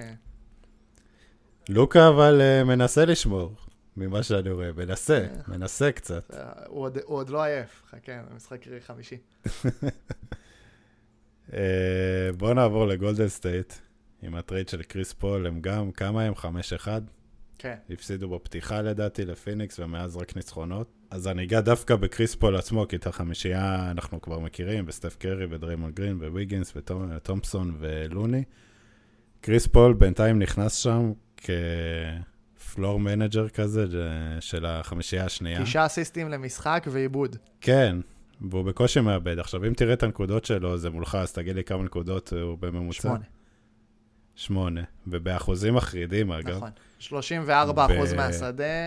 [SPEAKER 1] לוקה אבל מנסה לשמור, ממה שאני רואה, מנסה קצת.
[SPEAKER 2] הוא עוד לא עייף, חכה, המשחק קרי 5.
[SPEAKER 1] בואו נעבור לגולדן סטייט, עם הטרייד של קריס פול, הם גם, כמה הם? 5-1?
[SPEAKER 2] כן.
[SPEAKER 1] הפסידו בפתיחה לדעתי לפיניקס, ומאז רק ניצחונות. אז אני אגע דווקא בקריס פול עצמו, כי את החמישייה אנחנו כבר מכירים, בסטף קרי, ודריימונד גרין, וויגינס, וטומפסון, ולוני. קריס פול בינתיים נכנס שם, כפלור מנג'ר כזה של החמישייה השנייה. 9
[SPEAKER 2] אסיסטים למשחק ועיבוד.
[SPEAKER 1] כן, והוא בקושי מאבד. עכשיו, אם תראה את הנקודות שלו, זה מולך, אז תגיד לי כמה נקודות הוא בממוצע. 8. ובאחוזים מחרידים, אגב.
[SPEAKER 2] נכון. 34% מהשדה.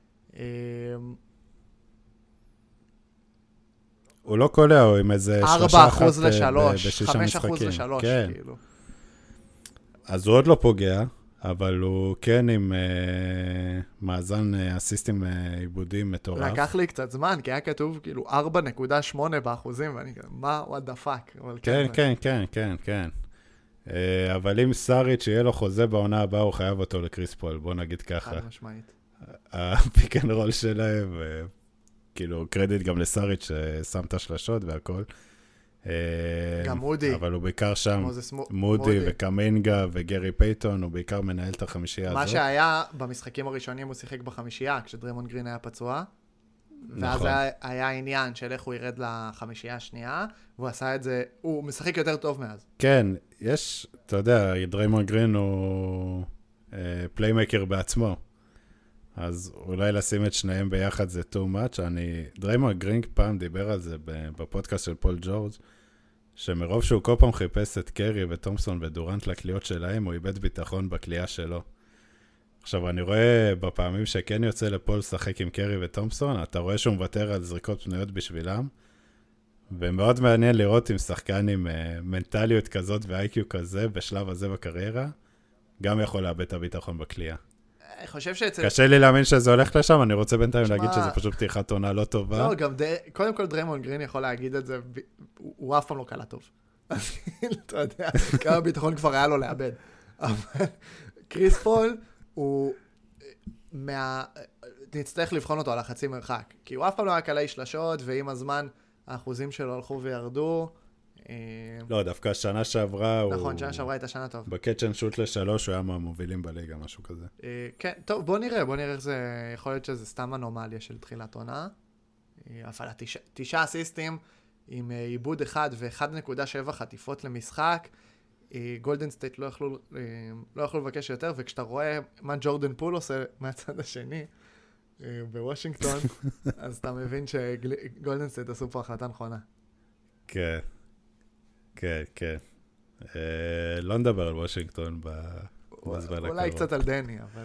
[SPEAKER 1] הוא לא קולע, הוא עם איזה
[SPEAKER 2] 4% ל-3, 5% ל-3,
[SPEAKER 1] כן.
[SPEAKER 2] כאילו.
[SPEAKER 1] אז הוא עוד לא פוגע. אבל הוא כן עם מאזן אסיסטים עיבודים מטורף.
[SPEAKER 2] לקח לי קצת זמן, כי היה כתוב כאילו 4.8 באחוזים, ואני כאילו, מה, what the fuck?
[SPEAKER 1] כן. אבל אם סאריץ' יהיה לו חוזה בעונה הבאה, הוא חייב אותו לקריס פול, בוא נגיד ככה.
[SPEAKER 2] חד משמעית.
[SPEAKER 1] הפיק אנד רול שלהם, כאילו קרדיט גם לסאריץ' ששם את השלשות והכל.
[SPEAKER 2] גם מודי.
[SPEAKER 1] אבל הוא בעיקר שם, מודי וקמינגה וגרי פייטון, הוא בעיקר מנהל את החמישייה הזאת.
[SPEAKER 2] מה שהיה במשחקים הראשונים הוא שיחק בחמישייה, כשדרימונד גרין היה פצוע. ואז היה עניין של איך הוא ירד לחמישייה השנייה, והוא עשה את זה, הוא משחק יותר טוב מאז.
[SPEAKER 1] כן, יש, אתה יודע, דרימונד גרין הוא פליימקר בעצמו. אז אולי לשים את שניהם ביחד זה too much. דרימונד גרין פעם דיבר על זה בפודקאסט של פול ג'ורג', שמרוב שהוא כל פעם חיפש את קרי וטומפסון ודורנט לקליעות שלהם, הוא איבד ביטחון בקליעה שלו. עכשיו, אני רואה בפעמים שכן יוצא לפול לשחק עם קרי וטומפסון, אתה רואה שהוא מוותר על זריקות פנויות בשבילם, ומאוד מעניין לראות עם שחקן עם מנטליות כזאת ו-IQ כזה, בשלב הזה בקריירה, גם יכול לאבד את הביטחון בקליעה.
[SPEAKER 2] אני חושב שאצל...
[SPEAKER 1] קשה לי להאמין שזה הולך לשם, אני רוצה בינתיים להגיד שזה פשוט פתיחת עונה לא טובה.
[SPEAKER 2] לא, גם קודם כל דרימונד גרין יכול להגיד את זה, הוא אף פעם לא קלה טוב. אז אתה יודע, כמה ביטחון כבר היה לו לאבד. אבל קריס פול, הוא נצטרך לבחון אותו על החצי מרחק, כי הוא אף פעם לא היה קלה שלשות, ועם הזמן האחוזים שלו הלכו וירדו.
[SPEAKER 1] לא, דווקא שנה שעברה
[SPEAKER 2] נכון, שנה שעברה הייתה שנה טוב.
[SPEAKER 1] בקאץ' אנד שוט ל3 הוא היה מהמובילים בליגה, משהו כזה.
[SPEAKER 2] כן, טוב, בוא נראה איך זה, יכול להיות שזה סתם אנומליה של תחילת עונה. אבל 9 אסיסטים עם עיבוד 1 ו-1.7 חטיפות למשחק, גולדן סטייט לא יכלו לבקש יותר, וכשאתה רואה מה ג'ורדן פול עושה מהצד השני, בוושינגטון, אז אתה מבין שגולדן סטייט עשו פה החלטה נכונה.
[SPEAKER 1] כן. לא נדבר על וושינגטון בזמן הקרוב.
[SPEAKER 2] אולי קצת על דני, אבל...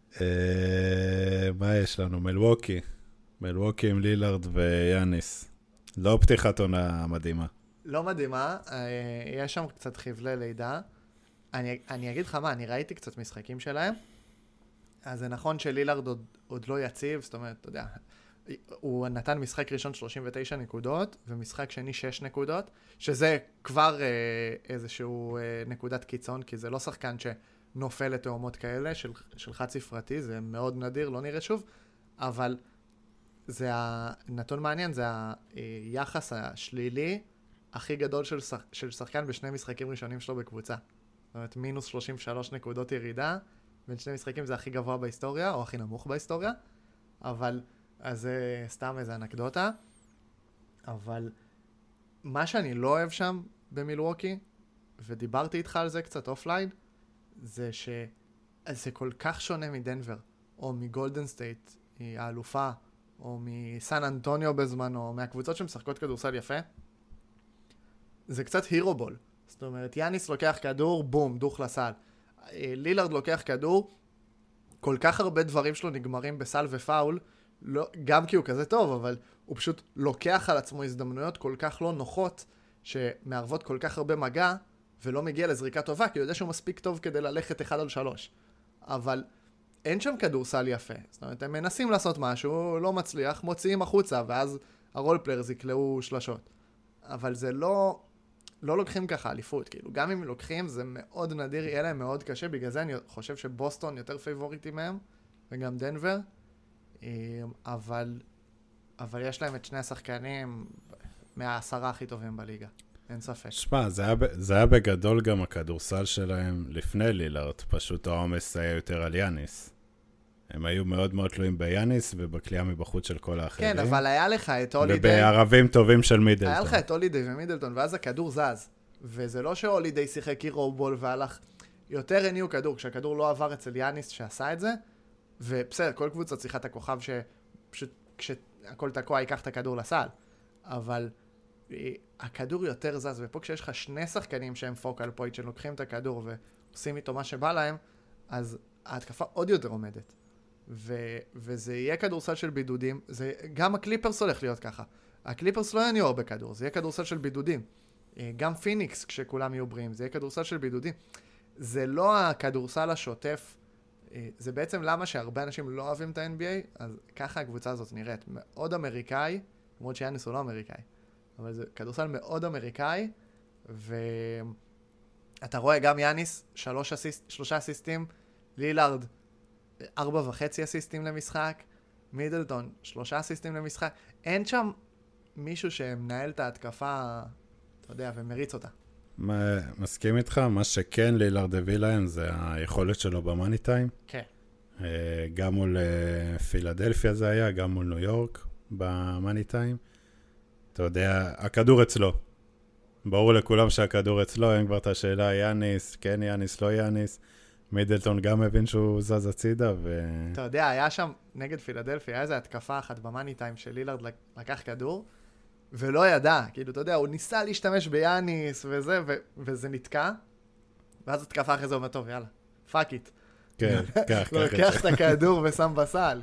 [SPEAKER 1] מה יש לנו? מלווקי עם לילארד ויאניס. לא פתיחת עונה מדהימה.
[SPEAKER 2] לא מדהימה, יש שם קצת חבלי לידה. אני אגיד לך מה, אני ראיתי קצת משחקים שלהם, אז זה נכון שלילארד עוד לא יציב, זאת אומרת, אתה יודע, הוא נתן משחק ראשון 39 נקודות, ומשחק שני 6 נקודות, שזה כבר איזשהו נקודת קיצון, כי זה לא שחקן שנופל לתאומות כאלה של חד ספרתי, זה מאוד נדיר, לא נראה שוב, אבל זה הנתון מעניין, זה היחס השלילי הכי גדול של שחקן בשני משחקים ראשונים שלו בקבוצה. זאת אומרת, מינוס 33 נקודות ירידה, בין שני משחקים זה הכי גבוה בהיסטוריה, או הכי נמוך בהיסטוריה, אבל אז זה סתם איזו אנקדוטה. אבל מה שאני לא אוהב שם במילווקי, ודיברתי איתך על זה קצת אופליין, זה שזה כל כך שונה מדנבר, או מגולדן סטייט, היא האלופה, או מסן אנטוניו בזמנו, או מהקבוצות שמשחקות כדורסל יפה. זה קצת הירו בול. זאת אומרת, יאניס לוקח כדור, בום, דוך לסל. לילארד לוקח כדור, כל כך הרבה דברים שלו נגמרים בסל ופאול, לא, גם כי הוא כזה טוב, אבל הוא פשוט לוקח על עצמו הזדמנויות כל כך לא נוחות, שמערבות כל כך הרבה מגע, ולא מגיע לזריקה טובה, כי הוא יודע שהוא מספיק טוב כדי ללכת 1 על 3. אבל אין שם כדורסל יפה. זאת אומרת, הם מנסים לעשות משהו, לא מצליח, מוציאים החוצה, ואז הרולפליירס יקלעו שלשות. אבל זה לא לוקחים ככה אליפות, כאילו, גם אם לוקחים, זה מאוד נדיר, יהיה להם מאוד קשה, בגלל זה אני חושב שבוסטון יותר פייבוריטים מהם, וגם דנבר, אבל יש להם את שני השחקנים מה10 הכי טובים בליגה, אין ספק.
[SPEAKER 1] שמה, זה היה בגדול גם הכדורסל שלהם לפני לילארד, פשוט העומס היה יותר על יאניס. הם היו מאוד מאוד תלויים ביאניס ובקליעה מבחוץ של כל האחרים.
[SPEAKER 2] כן, אבל היה לך את הולידיי...
[SPEAKER 1] ובערבים טובים של מידלטון.
[SPEAKER 2] היה לך את הולידיי ומידלטון, ואז הכדור זז. וזה לא שהולידיי שיחק הירו בול והלך... יותר הניעו כדור, כשהכדור לא עבר אצל יאניס שעשה את זה, ובסדר, כל קבוצה צריכה את הכוכב שפשוט כשהכל תקוע ייקח את הכדור לסל. אבל הכדור יותר זז, ופה כשיש לך שני שחקנים שהם פוקל פוינט, שלוקחים את הכדור ועושים איתו מה שבא להם, אז ההתקפה עוד יותר עומדת. וזה יהיה כדורסל של בידודים, גם הקליפרס הולך להיות ככה. הקליפרס לא יניעו הרבה כדור, זה יהיה כדורסל של בידודים. גם פיניקס, כשכולם יהיו בריאים, זה יהיה כדורסל של בידודים. זה לא הכדורסל השוטף, זה בעצם למה שהרבה אנשים לא אוהבים את ה-NBA, אז ככה הקבוצה הזאת נראית. מאוד אמריקאי, למרות שיאניס הוא לא אמריקאי, אבל זה כדורסל מאוד אמריקאי, ואתה רואה גם יאניס, 3 אסיסטים, לילארד, 4.5 אסיסטים למשחק, מידלטון, 3 אסיסטים למשחק. אין שם מישהו שמנהל את ההתקפה, אתה יודע, ומריץ אותה.
[SPEAKER 1] מסכים איתך, מה שכן לילארד הביא להם זה היכולת שלו במאני טיים.
[SPEAKER 2] כן.
[SPEAKER 1] גם מול פילדלפיה זה היה, גם מול ניו יורק במאני טיים. אתה יודע, הכדור אצלו. ברור לכולם שהכדור אצלו, אין כבר את השאלה יאניס, כן יאניס, לא יאניס. מידלטון גם הבין שהוא זז הצידה
[SPEAKER 2] אתה יודע, היה שם נגד פילדלפיה, היה איזו התקפה אחת במאני טיים של לילארד לקח כדור, ולא ידע, כאילו, אתה יודע, הוא ניסה להשתמש ביאניס וזה, וזה נתקע, ואז התקפה אחרי זה אומר, טוב, יאללה, פאק איט.
[SPEAKER 1] כן, כך.
[SPEAKER 2] הוא לוקח את הכדור ושם בסל.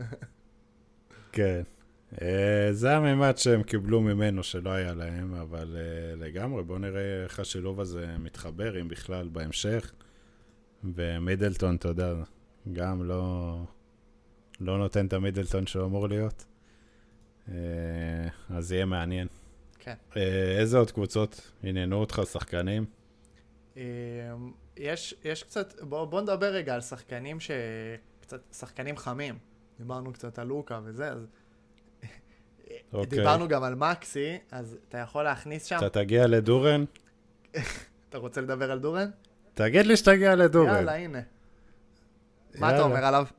[SPEAKER 1] כן. זה הממד שהם קיבלו ממנו שלא היה להם, אבל לגמרי, בואו נראה איך השילוב הזה מתחבר, אם בכלל בהמשך. ומידלטון, אתה יודע, גם לא נותן את המידלטון שהוא אמור להיות. אז יהיה מעניין.
[SPEAKER 2] כן.
[SPEAKER 1] איזה עוד קבוצות עניינו אותך, שחקנים?
[SPEAKER 2] יש קצת, בוא נדבר רגע על שחקנים קצת שחקנים חמים. דיברנו קצת על לוקה וזה, אז דיברנו גם על מקסי, אז אתה יכול להכניס שם...
[SPEAKER 1] אתה תגיע לדורן?
[SPEAKER 2] אתה רוצה לדבר על דורן?
[SPEAKER 1] תגיד לי שתגיע לדורן.
[SPEAKER 2] יאללה, הנה. מה אתה אומר עליו?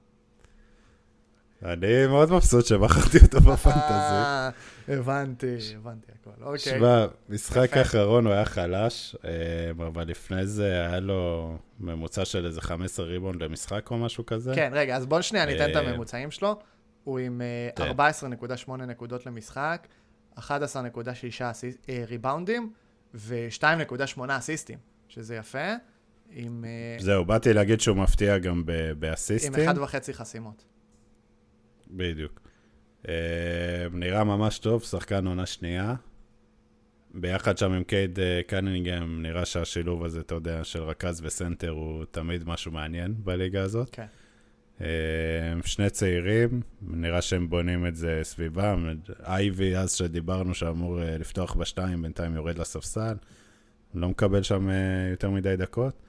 [SPEAKER 1] אני מאוד מבסוט שבחרתי אותו בפנטזי.
[SPEAKER 2] הבנתי הכל. אוקיי.
[SPEAKER 1] שמע, משחק האחרון הוא היה חלש, אבל לפני זה היה לו ממוצע של איזה 15 ריבון למשחק או משהו כזה.
[SPEAKER 2] כן, רגע, אז בוא שנייה ניתן את הממוצעים שלו. הוא עם 14.8 נקודות למשחק, 11.6 ריבאונדים ו-2.8 אסיסטים, שזה יפה.
[SPEAKER 1] זהו, באתי להגיד שהוא מפתיע גם באסיסטים.
[SPEAKER 2] עם 1.5 חסימות.
[SPEAKER 1] בדיוק. נראה ממש טוב, שחקן עונה שנייה. ביחד שם עם קייד קנינגהם, נראה שהשילוב הזה, אתה יודע, של רכז וסנטר הוא תמיד משהו מעניין בליגה הזאת.
[SPEAKER 2] כן.
[SPEAKER 1] שני צעירים, נראה שהם בונים את זה סביבם. אייבי, אז שדיברנו שאמור לפתוח בשתיים, בינתיים יורד לספסל. לא מקבל שם יותר מדי דקות.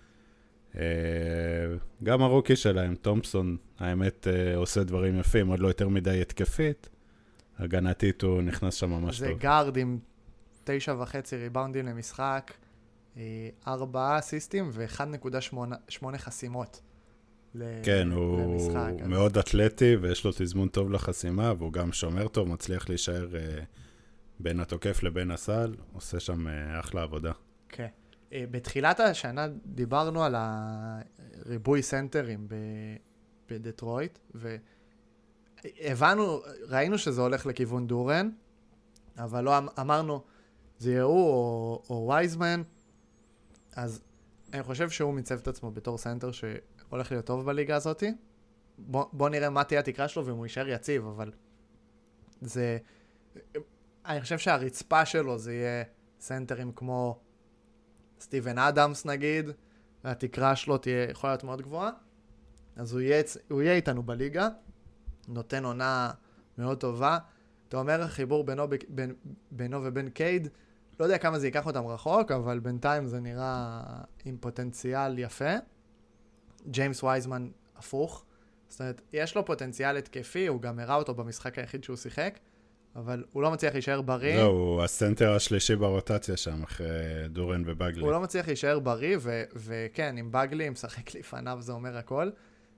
[SPEAKER 1] גם הרוקי שלהם, תומפסון, האמת עושה דברים יפים, עוד לא יותר מדי התקפית. הגנתית הוא נכנס שם ממש טוב.
[SPEAKER 2] זה גארד עם 9.5 ריבאונדים למשחק, 4 אסיסטים ו-1.8 חסימות.
[SPEAKER 1] כן, הוא מאוד אתלטי ויש לו תזמון טוב לחסימה, והוא גם שומר טוב, מצליח להישאר בין התוקף לבין הסל, עושה שם אחלה עבודה.
[SPEAKER 2] כן. בתחילת השנה דיברנו על הריבוי סנטרים בדטרויט, ראינו שזה הולך לכיוון דורן, אבל לא אמרנו, זה יהיה הוא או וייזמן, אז אני חושב שהוא מיצב את עצמו בתור סנטר שהולך להיות טוב בליגה הזאת. בוא נראה מה תהיה התקרה שלו, ואם הוא יישאר יציב, אבל זה... אני חושב שהרצפה שלו זה יהיה סנטרים כמו סטיבן אדמס נגיד, והתקרה שלו יכולה להיות מאוד גבוהה, אז הוא יהיה איתנו בליגה, נותן עונה מאוד טובה. אתה אומר החיבור בינו ובין קייד, לא יודע כמה זה ייקח אותם רחוק, אבל בינתיים זה נראה עם פוטנציאל יפה. ג'יימס וייזמן הפוך, זאת אומרת, יש לו פוטנציאל התקפי, הוא גם הראה אותו במשחק היחיד שהוא שיחק, אבל הוא לא מצליח להישאר בריא.
[SPEAKER 1] לא, הוא הסנטר השלישי ברוטציה שם, אחרי דורן ובגלי.
[SPEAKER 2] הוא לא מצליח להישאר בריא, וכן, עם בגלי, משחק לפניו, זה אומר הכל.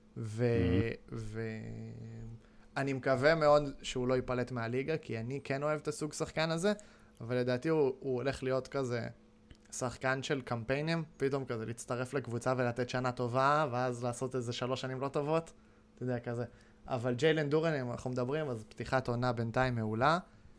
[SPEAKER 2] אני מקווה מאוד שהוא לא ייפלט מהליגה, כי אני כן אוהב את הסוג שחקן הזה, אבל לדעתי הוא הולך להיות כזה שחקן של קמפיינים, פתאום כזה להצטרף לקבוצה ולתת שנה טובה, ואז לעשות איזה 3 שנים לא טובות, אתה יודע, כזה. אבל ג'יילן דורן, אם אנחנו מדברים, אז פתיחת עונה בינתיים מעולה,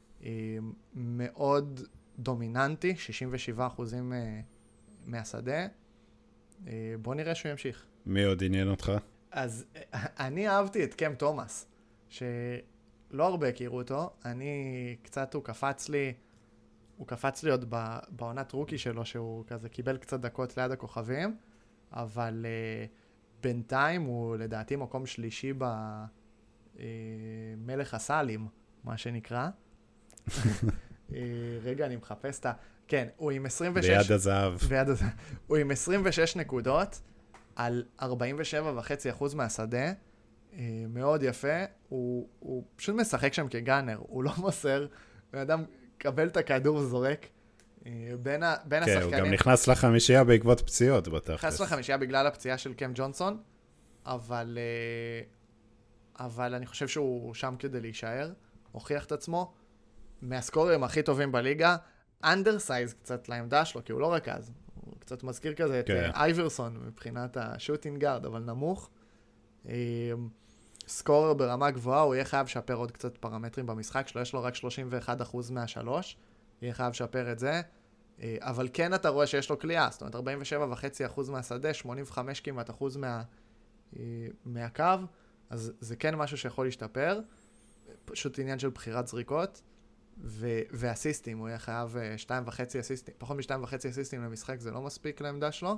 [SPEAKER 2] מאוד דומיננטי, 67% מהשדה. בוא נראה שהוא ימשיך.
[SPEAKER 1] מי עוד עניין אותך?
[SPEAKER 2] אז אני אהבתי את קם תומאס, שלא הרבה הכירו אותו. הוא קפץ לי עוד בעונת רוקי שלו, שהוא כזה קיבל קצת דקות ליד הכוכבים, אבל בינתיים הוא לדעתי מקום שלישי במלך הסלים, מה שנקרא. רגע, אני מחפש את ה... כן, הוא עם 26...
[SPEAKER 1] ביד הזהב.
[SPEAKER 2] הוא עם 26 נקודות על 47.5% מהשדה. מאוד יפה. הוא פשוט משחק שם כגאנר. הוא לא מוסר. בן אדם קבל את הכדור וזורק. בין השחקנים...
[SPEAKER 1] כן, הוא גם נכנס לחמישייה בעקבות פציעות בתכלס.
[SPEAKER 2] נכנס לחמישייה בגלל הפציעה של קם ג'ונסון, אבל אני חושב שהוא שם כדי להישאר. הוכיח את עצמו. מהסקורים הכי טובים בליגה. אנדרסייז קצת לעמדה שלו, כי הוא לא רכז. הוא קצת מזכיר כזה את אייברסון מבחינת השוטינג גארד, אבל נמוך. סקורר ברמה גבוהה, הוא יהיה חייב לשפר עוד קצת פרמטרים במשחק שלו, יש לו רק 31% מהשלוש, יהיה חייב לשפר את זה. אבל כן אתה רואה שיש לו קליעה, זאת אומרת 47.5% מהשדה, 85 כמעט אחוז מהקו, אז זה כן משהו שיכול להשתפר. פשוט עניין של בחירת זריקות. ואסיסטים, הוא יהיה חייב 2.5 אסיסטים, פחות מ-2.5 אסיסטים למשחק, זה לא מספיק לעמדה שלו,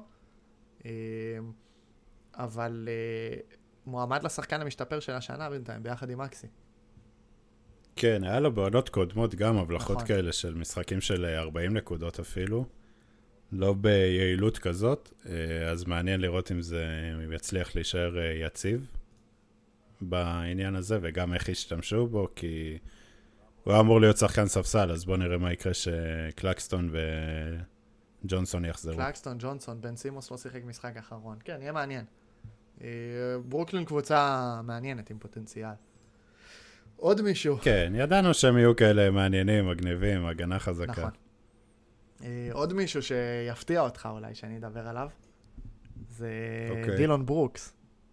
[SPEAKER 2] אבל מועמד לשחקן המשתפר של השנה בינתיים, ביחד עם מקסי.
[SPEAKER 1] כן, היה לו בעונות קודמות גם הבלחות כאלה של משחקים של 40 נקודות אפילו, לא ביעילות כזאת, אז מעניין לראות אם הוא יצליח להישאר יציב בעניין הזה, וגם איך ישתמשו בו, כי... הוא אמור להיות שחקן ספסל, אז בואו נראה מה יקרה שקלקסטון וג'ונסון יחזרו.
[SPEAKER 2] קלקסטון, ג'ונסון, בן סימוס לא שיחק משחק אחרון. כן, יהיה מעניין. ברוקלין קבוצה מעניינת עם פוטנציאל. עוד מישהו.
[SPEAKER 1] כן, ידענו שהם יהיו כאלה מעניינים, מגניבים, הגנה חזקה.
[SPEAKER 2] נכון. עוד מישהו שיפתיע אותך אולי שאני אדבר עליו, זה דילון ברוקס.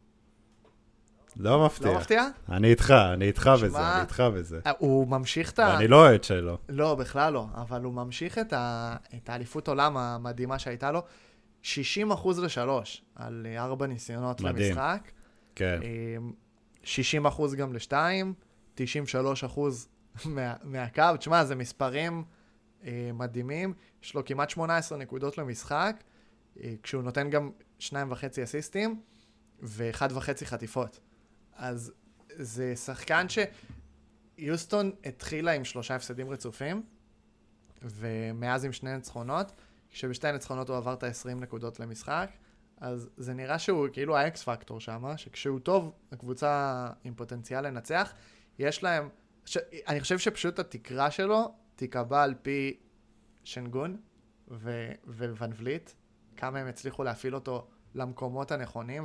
[SPEAKER 1] לא מפתיע.
[SPEAKER 2] לא מפתיע?
[SPEAKER 1] אני איתך בזה.
[SPEAKER 2] הוא ממשיך
[SPEAKER 1] אני לא אוהד שלו.
[SPEAKER 2] לא, בכלל לא, אבל הוא ממשיך את האליפות עולם המדהימה שהייתה לו, 60% ל3 על 4 ניסיונות למשחק.
[SPEAKER 1] כן.
[SPEAKER 2] 60% גם ל2, 93% מהקו. תשמע, זה מספרים מדהימים. יש לו כמעט 18 נקודות למשחק, כשהוא נותן גם 2.5 אסיסטים ו1.5 חטיפות. אז זה שחקן שיוסטון התחילה עם 3 הפסדים רצופים, ומאז עם 2 ניצחונות, כשב2 ניצחונות הוא עבר את 20 נקודות למשחק, אז זה נראה שהוא כאילו האקס פקטור שם, שכשהוא טוב, הקבוצה עם פוטנציאל לנצח, יש להם, אני חושב שפשוט התקרה שלו תיקבע על פי שנגון וון וליט, כמה הם הצליחו להפעיל אותו למקומות הנכונים,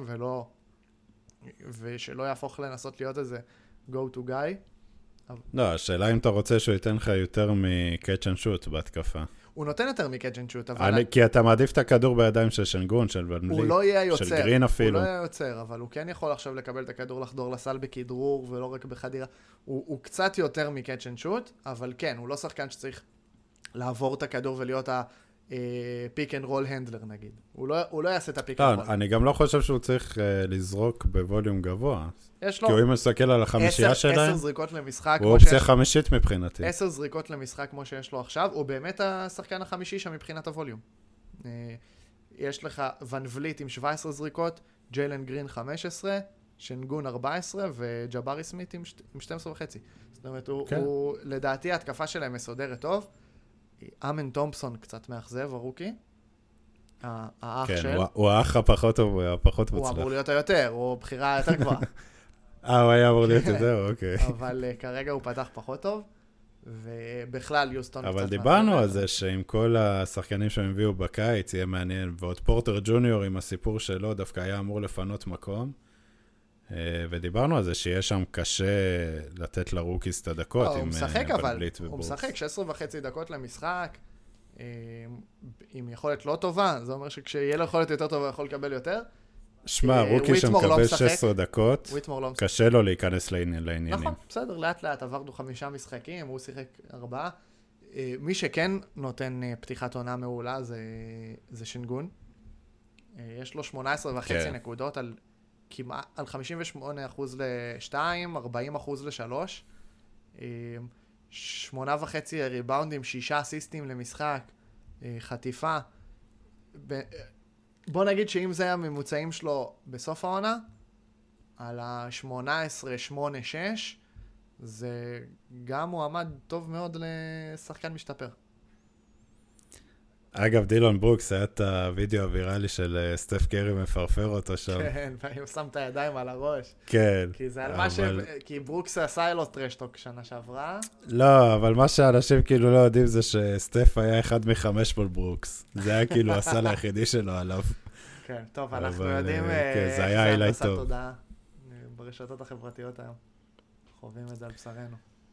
[SPEAKER 2] ושלא יהפוך לנסות להיות איזה go to guy.
[SPEAKER 1] לא, השאלה אם אתה רוצה שהוא ייתן לך יותר מ-catch and shoot בהתקפה.
[SPEAKER 2] הוא נותן יותר מ-catch and shoot, אבל...
[SPEAKER 1] כי אתה מעדיף את הכדור בידיים של שנגון, של ון וליט,
[SPEAKER 2] הוא לא יהיה יוצר.
[SPEAKER 1] של גרין אפילו.
[SPEAKER 2] הוא לא יהיה יוצר, אבל הוא כן יכול עכשיו לקבל את הכדור, לחדור לסל בכדרור, ולא רק בחדירה. הוא קצת יותר מ-catch and shoot, אבל כן, הוא לא שחקן שצריך לעבור את הכדור ולהיות פיק אנד רול הנדלר נגיד. הוא לא יעשה את הפיק אנד רול.
[SPEAKER 1] אני גם לא חושב שהוא צריך לזרוק בווליום גבוה.
[SPEAKER 2] יש לו...
[SPEAKER 1] כי הוא אם מסתכל על החמישייה שלהם,
[SPEAKER 2] 10 זריקות למשחק.
[SPEAKER 1] הוא אופציה חמישית מבחינתי.
[SPEAKER 2] 10 זריקות למשחק כמו שיש לו עכשיו, הוא באמת השחקן החמישי שם מבחינת הווליום. יש לך ון וליט עם 17 זריקות, ג'יילן גרין 15, שנגון 14 וג'בארי סמית עם 12 וחצי. זאת אומרת, הוא לדעתי ההתקפה שלהם מסודרת טוב. אמן תומפסון קצת מאכזב, הרוקי. האח של...
[SPEAKER 1] כן, הוא האח הפחות טוב, הוא הפחות מוצלח.
[SPEAKER 2] הוא אמור להיות היותר, הוא בחירה יותר גבוהה.
[SPEAKER 1] הוא היה אמור להיות יותר, אוקיי.
[SPEAKER 2] אבל כרגע הוא פתח פחות טוב, ובכלל יוסטון קצת...
[SPEAKER 1] אבל דיברנו על זה שעם כל השחקנים שהם הביאו בקיץ, יהיה מעניין, ועוד פורטר ג'וניור עם הסיפור שלו, דווקא היה אמור לפנות מקום, ודיברנו על זה שיש שם קשה לתת לרוקיס את הדקות.
[SPEAKER 2] הוא משחק אבל, הוא משחק 16.5 דקות למשחק, עם יכולת לא טובה, זה אומר שכשיהיה לו יכולת יותר טובה, הוא יכול לקבל יותר.
[SPEAKER 1] שמע, רוקי שמקבל 16 דקות, קשה לו להיכנס לעניינים.
[SPEAKER 2] נכון, בסדר, לאט לאט עברנו 5 משחקים, הוא שיחק 4. מי שכן נותן פתיחת עונה מעולה זה שנגון. יש לו 18.5 נקודות על 58% ל-2, 40% ל-3, 8.5 ריבאונדים, 6 אסיסטים למשחק, חטיפה. בוא נגיד שאם זה הממוצעים שלו בסוף העונה, על ה-18, 8, 6, זה גם מועמד טוב מאוד לשחקן משתפר.
[SPEAKER 1] אגב, דילון ברוקס, היה את הוידאו הוויראלי של סטף קרי מפרפר אותו שם.
[SPEAKER 2] כן, והוא שם את הידיים על הראש.
[SPEAKER 1] כן.
[SPEAKER 2] כי זה על מה כי ברוקס עשה לו טרשטוק שנה שעברה.
[SPEAKER 1] לא, אבל מה שאנשים כאילו לא יודעים זה שסטף היה 1 מ-5 מול ברוקס. זה היה כאילו הסל היחידי שלו עליו.
[SPEAKER 2] כן, טוב, אנחנו יודעים
[SPEAKER 1] זה היה היילייט טוב.
[SPEAKER 2] תודעה ברשתות החברתיות היום. חווים את זה על בשרנו.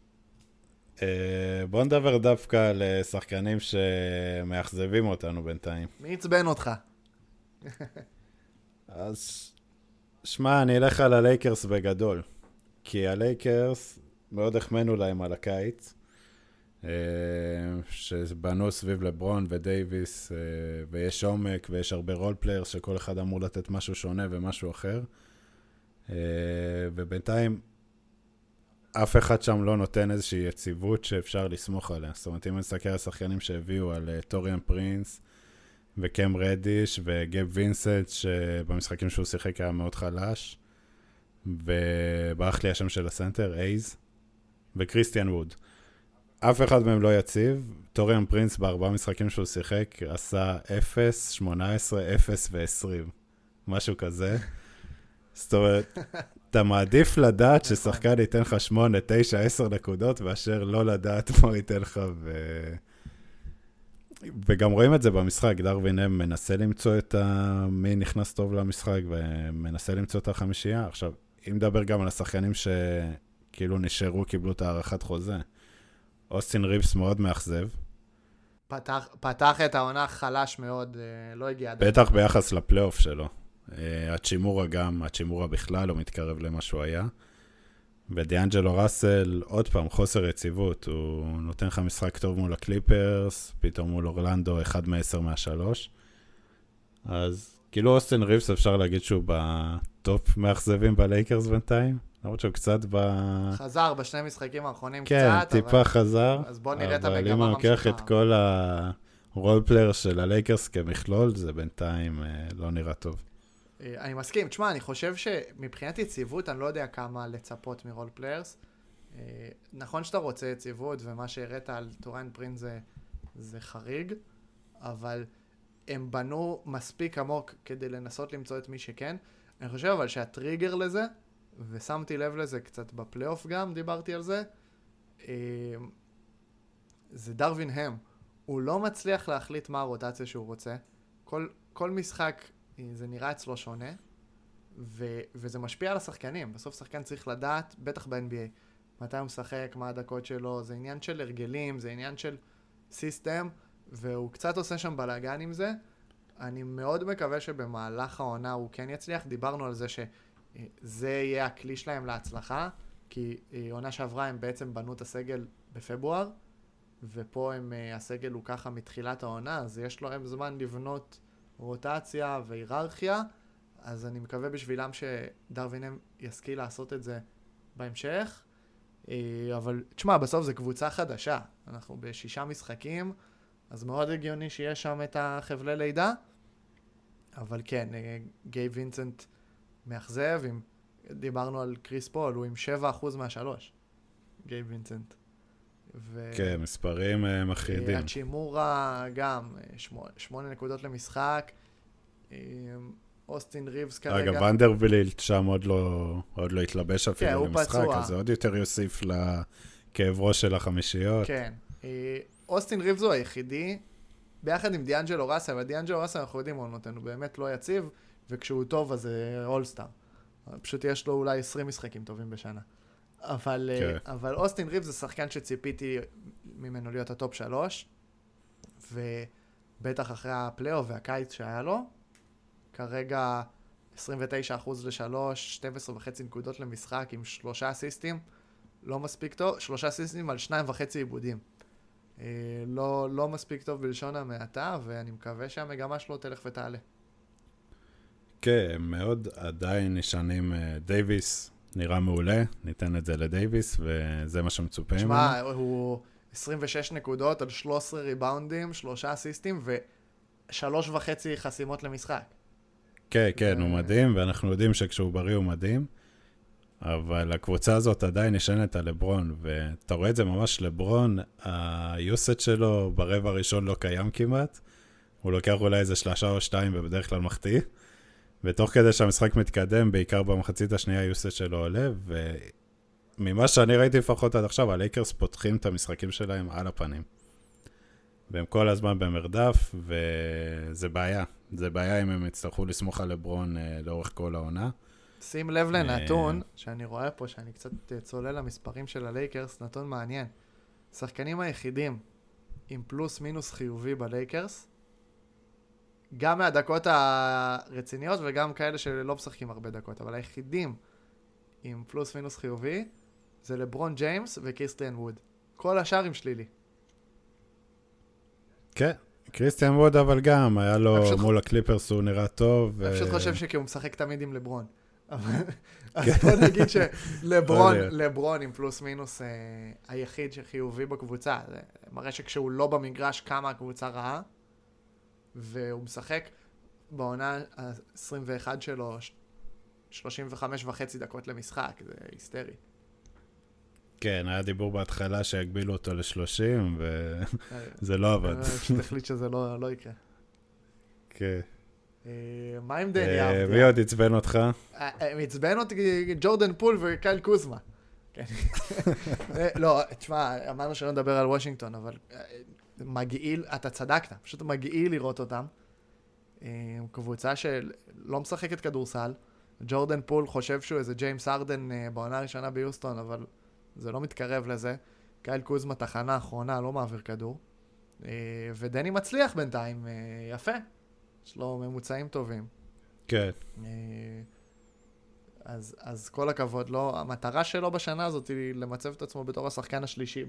[SPEAKER 1] בוא נדבר דווקא על שחקנים שמאכזבים אותנו בינתיים.
[SPEAKER 2] מי עצבן אותך?
[SPEAKER 1] אז, שמע, אני אלך על הלייקרס בגדול. כי הלייקרס מאוד החמנו להם על הקיץ, שבנו סביב לברון ודייביס, ויש עומק ויש הרבה רול פלייר, שכל אחד אמור לתת משהו שונה ומשהו אחר. ובינתיים, אף אחד שם לא נותן איזושהי יציבות שאפשר לסמוך עליה. זאת אומרת, אם נסתכל על השחקנים שהביאו על טוריאן פרינס וקם רדיש וגב וינסנט, שבמשחקים שהוא שיחק היה מאוד חלש, וברח לי השם של הסנטר, אייז, וקריסטיאן ווד. אף אחד מהם לא יציב. טוריאן פרינס בארבעה משחקים שהוא שיחק עשה 0, 18, 0 ו-20. משהו כזה. זאת אומרת, אתה מעדיף לדעת ששחקן ייתן לך 8, 9, 10 נקודות, ואשר לא לדעת מה ייתן לך. וגם רואים את זה במשחק. דרווין הם מנסה למצוא את מי נכנס טוב למשחק, ומנסה למצוא את החמישייה. עכשיו, אם נדבר גם על השחקנים שכאילו נשארו, קיבלו את הערכת חוזה. אוסטין ריבס מאוד מאכזב.
[SPEAKER 2] פתח את העונה חלש מאוד, לא הגיע.
[SPEAKER 1] בטח ביחס לפלייאוף שלו. הצ'ימורה גם, הצ'ימורה בכלל לא מתקרב למה שהוא היה. ודיאנג'לו ראסל, עוד פעם, חוסר יציבות. הוא נותן לך משחק טוב מול הקליפרס, פתאום מול אורלנדו 1 מ-10 מה-3. אז כאילו אוסטין ריבס אפשר להגיד שהוא בטופ מאכזבים בלייקרס בינתיים. למרות שהוא קצת
[SPEAKER 2] חזר בשני משחקים האחרונים
[SPEAKER 1] כן,
[SPEAKER 2] קצת.
[SPEAKER 1] כן, טיפה חזר.
[SPEAKER 2] אז בוא נראה את המגמה
[SPEAKER 1] ממשיכה. אבל אם הוא לוקח את כל הרולפלייר של הלייקרס כמכלול, זה בינתיים לא נראה טוב.
[SPEAKER 2] אני מסכים. תשמע, אני חושב שמבחינת יציבות, אני לא יודע כמה לצפות מרול פליירס. נכון שאתה רוצה יציבות, ומה שהראית על טוריאן פרינס זה חריג, אבל הם בנו מספיק עמוק כדי לנסות למצוא את מי שכן. אני חושב אבל שהטריגר לזה, ושמתי לב לזה קצת בפלייאוף גם, דיברתי על זה, זה דרווין הם. הוא לא מצליח להחליט מה הרוטציה שהוא רוצה. כל משחק זה נראה אצלו שונה, וזה משפיע על השחקנים. בסוף שחקן צריך לדעת, בטח ב-NBA, מתי הוא משחק, מה הדקות שלו, זה עניין של הרגלים, זה עניין של סיסטם, והוא קצת עושה שם בלגן עם זה. אני מאוד מקווה שבמהלך העונה הוא כן יצליח. דיברנו על זה שזה יהיה הכלי שלהם להצלחה, כי עונה שעברה הם בעצם בנו את הסגל בפברואר, ופה הסגל הוא ככה מתחילת העונה, אז יש להם זמן לבנות רוטציה והיררכיה, אז אני מקווה בשבילם שדרווין ישכיל לעשות את זה בהמשך. אבל תשמע, בסוף זה קבוצה חדשה, אנחנו ב6 משחקים, אז מאוד הגיוני שיש שם את החבלי לידה, אבל כן, גיי וינסנט מאכזב, דיברנו על קריס פול, הוא עם 7% מה-3, גיי וינסנט.
[SPEAKER 1] כן, מספרים מחרידים.
[SPEAKER 2] הצ'ימורה גם, 8 נקודות למשחק, אוסטין ריבס כרגע.
[SPEAKER 1] אגב, ונדרבילט שם עוד לא התלבש אפילו למשחק, אז זה עוד יותר יוסיף לכאב ראש של החמישיות.
[SPEAKER 2] כן, אוסטין ריבס הוא היחידי, ביחד עם דיאנג'לו ראסל, אבל דיאנג'לו ראסל אנחנו יודעים הוא נותן, הוא באמת לא יציב, וכשהוא טוב אז זה אולסטאר. פשוט יש לו אולי 20 משחקים טובים בשנה. אבל אוסטין ריבס זה שחקן שציפיתי ממנו להיות הטופ 3, ובטח אחרי הפלייאוף והקיץ שהיה לו, כרגע 29% ל-3, 12.5 נקודות למשחק עם 3 אסיסטים, לא מספיק טוב, 3 אסיסטים על 2.5 עיבודים. לא מספיק טוב בלשון המעטה, ואני מקווה שהמגמה שלו תלך ותעלה.
[SPEAKER 1] כן, מאוד עדיין נשענים דייביס, נראה מעולה, ניתן את זה לדייביס, וזה מה שמצופה ממנו.
[SPEAKER 2] תשמע, הוא 26 נקודות על 13 ריבאונדים, 3 אסיסטים ו3.5 חסימות למשחק.
[SPEAKER 1] כן, כן, הוא מדהים, ואנחנו יודעים שכשהוא בריא הוא מדהים, אבל הקבוצה הזאת עדיין נשענת על לברון, ואתה רואה את זה ממש לברון, היוסט שלו ברבע הראשון לא קיים כמעט, הוא לוקח אולי איזה 3 או 2 ובדרך כלל מחטיא, ותוך כדי שהמשחק מתקדם, בעיקר במחצית השנייה היוסט שלו עולה, וממה שאני ראיתי לפחות עד עכשיו, הלייקרס פותחים את המשחקים שלהם על הפנים. והם כל הזמן במרדף, וזה בעיה. זה בעיה אם הם יצטרכו לסמוך על לברון לאורך כל העונה.
[SPEAKER 2] שים לב לנתון, שאני רואה פה, שאני קצת צולל למספרים של הלייקרס, נתון מעניין. שחקנים היחידים עם פלוס מינוס חיובי בלייקרס, גם מהדקות הרציניות וגם כאלה שלא משחקים הרבה דקות, אבל היחידים עם פלוס מינוס חיובי, זה לברון ג'יימס וקריסטיאן ווד. כל השאר עם שלילי.
[SPEAKER 1] כן, קריסטיאן ווד אבל גם, היה לו מול הקליפרס הוא נראה טוב.
[SPEAKER 2] אני פשוט חושב שכי הוא משחק תמיד עם לברון. אז בוא נגיד שלברון עם פלוס מינוס היחיד שחיובי בקבוצה. זה מראה שכשהוא לא במגרש כמה הקבוצה רעה, והוא משחק בעונה ה-21 שלו 35.5 דקות למשחק, זה היסטרי.
[SPEAKER 1] כן, היה דיבור בהתחלה שהגבילו אותו ל-30, וזה לא עבד.
[SPEAKER 2] תחליט שזה לא יקרה.
[SPEAKER 1] כן.
[SPEAKER 2] מה עם דני אבדיה?
[SPEAKER 1] מי עוד עצבן אותך?
[SPEAKER 2] עצבן אותי ג'ורדן פול וקייל קוזמה. לא, תשמע, אמרנו שלא נדבר על וושינגטון, אבל מגעיל, אתה צדקת, פשוט מגעיל לראות אותם. קבוצה שלא משחקת כדורסל. ג'ורדן פול חושב שהוא איזה ג'יימס ארדן בעונה הראשונה ביוסטון, אבל זה לא מתקרב לזה. קייל קוזמה תחנה האחרונה, לא מעביר כדור. ודני מצליח בינתיים, יפה. יש לו ממוצעים טובים.
[SPEAKER 1] כן.
[SPEAKER 2] אז כל הכבוד לו. המטרה שלו בשנה הזאת היא למצב את עצמו בתור השחקן השלישי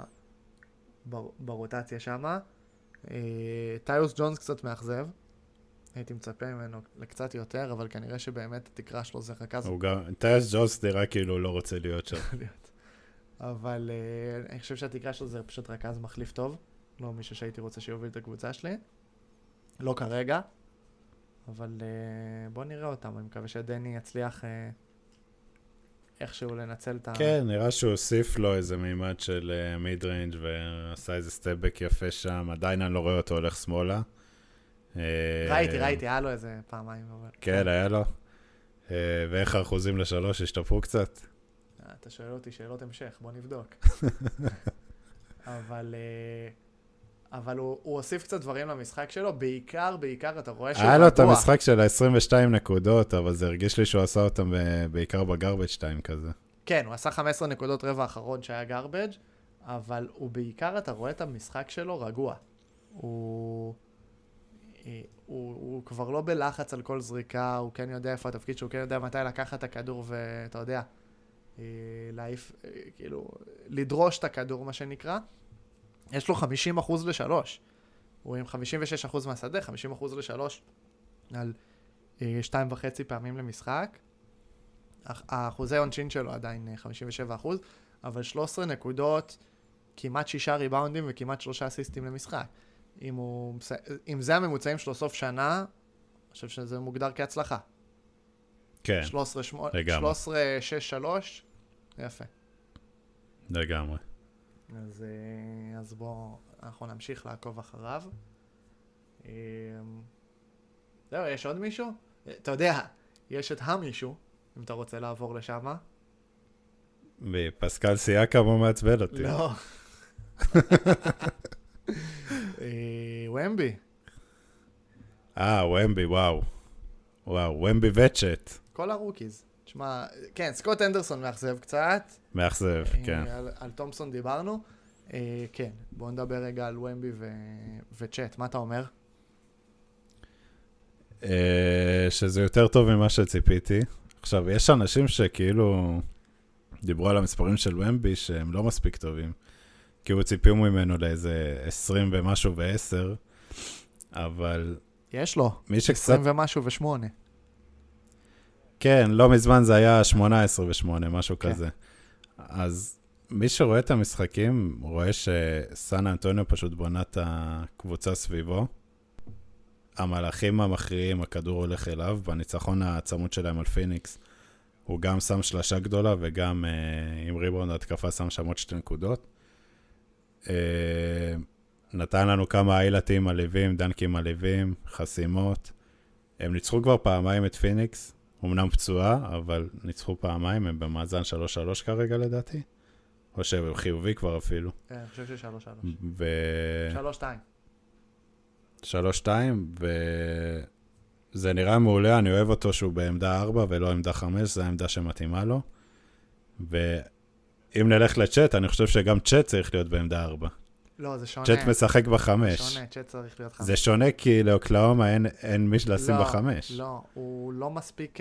[SPEAKER 2] ברוטציה שמה. טיוס ג'ונס קצת מאכזב. הייתי מצפה ממנו לקצת יותר, אבל כנראה שבאמת התקרה שלו זה רכז.
[SPEAKER 1] טיוס ג'ונס נראה כאילו לא רוצה להיות שם.
[SPEAKER 2] אבל אני חושב שהתקרה שלו זה פשוט רכז מחליף טוב. לא מישהו שהייתי רוצה שיוביל את הקבוצה שלי. לא כרגע. אבל בוא נראה אותם. אני מקווה שדני יצליח איכשהו לנצל את ה...
[SPEAKER 1] כן, נראה שהוא הוסיף לו איזה מימד של מיד ריינג' ועשה איזה סטפבק יפה שם. עדיין אני לא רואה אותו הולך שמאלה.
[SPEAKER 2] ראיתי, היה לו איזה פעמיים.
[SPEAKER 1] כן, היה לו. ואיך האחוזים ל3 השתפרו קצת?
[SPEAKER 2] אתה שואל אותי שאלות המשך, בוא נבדוק. אבל הוא הוסיף קצת דברים למשחק שלו, בעיקר אתה רואה שהוא רגוע.
[SPEAKER 1] היה לו את המשחק של 22 נקודות, אבל זה הרגיש לי שהוא עשה אותם בעיקר בגרבג' 2 כזה.
[SPEAKER 2] כן, הוא עשה 15 נקודות רבע האחרון שהיה גרבג', אבל הוא בעיקר, אתה רואה את המשחק שלו רגוע. הוא כבר לא בלחץ על כל זריקה, הוא כן יודע איפה התפקיד שהוא כן יודע מתי לקחת את הכדור, ואתה יודע, להעיף, כאילו, לדרוש את הכדור, מה שנקרא. יש לו 50% ל3. הוא עם 56% מהשדה, 50% ל3 על 2.5 פעמים למשחק. האחוזי עונשין שלו עדיין 57%, אבל 13 נקודות, כמעט 6 ריבאונדים וכמעט 3 אסיסטים למשחק. אם זה הממוצעים שלו סוף שנה, אני חושב שזה מוגדר כהצלחה.
[SPEAKER 1] כן,
[SPEAKER 2] 13-6-3, יפה.
[SPEAKER 1] לגמרי.
[SPEAKER 2] אז בואו, אנחנו נמשיך לעקוב אחריו. זהו, יש עוד מישהו? אתה יודע, יש את המישהו, אם אתה רוצה לעבור לשם.
[SPEAKER 1] פסקל סייקה הוא מעצבן אותי.
[SPEAKER 2] לא. ומבי.
[SPEAKER 1] ומבי, וואו. ומבי וצ'ט.
[SPEAKER 2] כל הרוקיז. תשמע, כן, סקוט אנדרסון מאכזב קצת.
[SPEAKER 1] מאכזב, כן.
[SPEAKER 2] על תומפסון דיברנו. כן, בואו נדבר רגע על ומבי וצ'ט. מה אתה אומר?
[SPEAKER 1] שזה יותר טוב ממה שציפיתי. עכשיו, יש אנשים שכאילו דיברו על המספרים של ומבי שהם לא מספיק טובים. כי הוא ציפיו ממנו לאיזה 20 ומשהו ו10, אבל...
[SPEAKER 2] יש לו, 20 ומשהו ו8.
[SPEAKER 1] כן, לא מזמן זה היה 18 ו8, משהו כזה. אז מי שרואה את המשחקים, רואה שסן אנטוניו פשוט בונה את הקבוצה סביבו. המהלכים המכריעים, הכדור הולך אליו, בניצחון הצמוד שלהם על פיניקס, הוא גם שם שלשה גדולה, וגם עם ריבאונד התקפה שם שם עוד 2 נקודות. נתן לנו כמה איילתים מלאיבים, דנקים מלאיבים, חסימות. הם ניצחו כבר פעמיים את פיניקס, אמנם פצועה, אבל ניצחו פעמיים, הם במאזן 3-3 כרגע לדעתי. או שהם חיובי כבר אפילו.
[SPEAKER 2] כן, אני חושב ש3-3. 3-2.
[SPEAKER 1] 3-2, וזה נראה מעולה, אני אוהב אותו שהוא בעמדה 4 ולא עמדה 5, זו העמדה שמתאימה לו. ואם נלך לצ'אט, אני חושב שגם צ'אט צריך להיות בעמדה 4.
[SPEAKER 2] לא, זה שונה.
[SPEAKER 1] צ'אט משחק ב-5.
[SPEAKER 2] שונה, צ'אט צריך להיות 5.
[SPEAKER 1] זה שונה כי לאוקלאומה אין מי לשים ב-5.
[SPEAKER 2] לא, הוא לא מספיק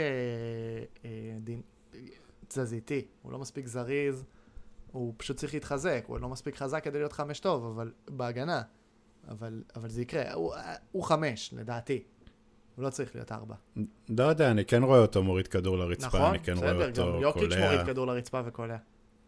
[SPEAKER 2] תזזיתי, הוא לא מספיק זריז, הוא פשוט צריך להתחזק, הוא לא מספיק חזק כדי להיות 5 טוב, אבל בהגנה. אבל זה יקרה, הוא 5, לדעתי. הוא לא צריך להיות 4.
[SPEAKER 1] לא יודע, אני כן רואה אותו מוריד כדור לרצפה,
[SPEAKER 2] נכון,
[SPEAKER 1] אני כן רואה
[SPEAKER 2] בסדר,
[SPEAKER 1] אותו
[SPEAKER 2] גם יוקיץ'
[SPEAKER 1] קולע.
[SPEAKER 2] מוריד כדור לרצפה וקולע.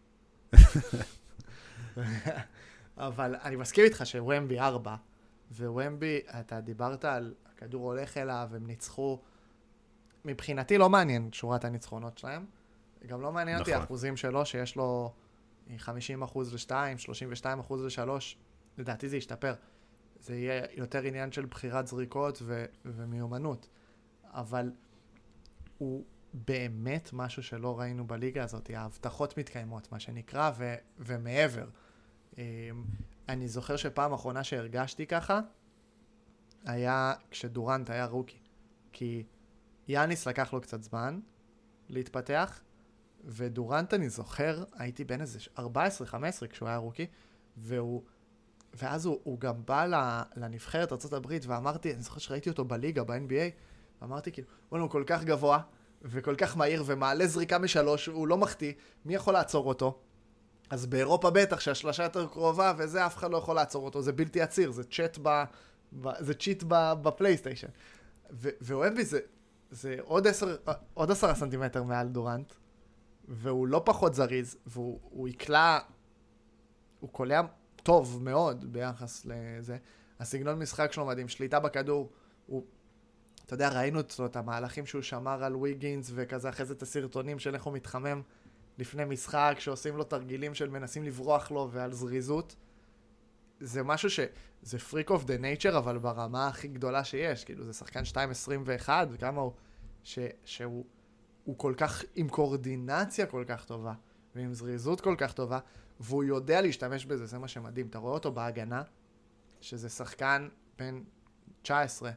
[SPEAKER 2] אבל אני מסכים איתך שוומבי 4, ווומבי, אתה דיברת על הכדור הולך אליו, הם ניצחו. מבחינתי לא מעניין שורת הניצחונות שלהם. גם לא מעניין אותי האחוזים שלו, שיש לו 50% ל-2, 32% ל-3. לדעתי זה ישתפר. זה יהיה יותר עניין של בחירת זריקות ומיומנות. אבל הוא באמת משהו שלא ראינו בליגה הזאת. ההבטחות מתקיימות, מה שנקרא, ומעבר. אני זוכר שפעם האחרונה שהרגשתי ככה, היה כשדורנט היה רוקי. כי יאניס לקח לו קצת זמן להתפתח, ודורנט אני זוכר, הייתי בין איזה 14-15 כשהוא היה רוקי, ואז הוא גם בא לנבחרת ארצות הברית, ואמרתי, אני זוכר שראיתי אותו בליגה, ב-NBA, ואמרתי כאילו, הוא כל כך גבוה, וכל כך מהיר, ומעלה זריקה משלוש, הוא לא מחטיא, מי יכול לעצור אותו? אז באירופה בטח, שהשלשה יותר קרובה, וזה אף אחד לא יכול לעצור אותו, זה בלתי עציר, זה צ'יט בפלייסטיישן. ואוהבי זה עוד 10 סנטימטר מעל דורנט, והוא לא פחות זריז, והוא יקלע, הוא קולע טוב מאוד ביחס לזה. הסגנון משחק שלו מדהים, שליטה בכדור, אתה יודע, ראינו את המהלכים שהוא שמר על ויגינס, וכזה אחרי זה את הסרטונים של איך הוא מתחמם לפני משחק, שעושים לו תרגילים של מנסים לברוח לו ועל זריזות. זה משהו זה freak of the nature, אבל ברמה הכי גדולה שיש. כאילו, זה שחקן 2.21, וכמה הוא, שהוא כל כך, עם קורדינציה כל כך טובה, ועם זריזות כל כך טובה, והוא יודע להשתמש בזה, זה מה שמדהים. אתה רואה אותו בהגנה, שזה שחקן בין 19,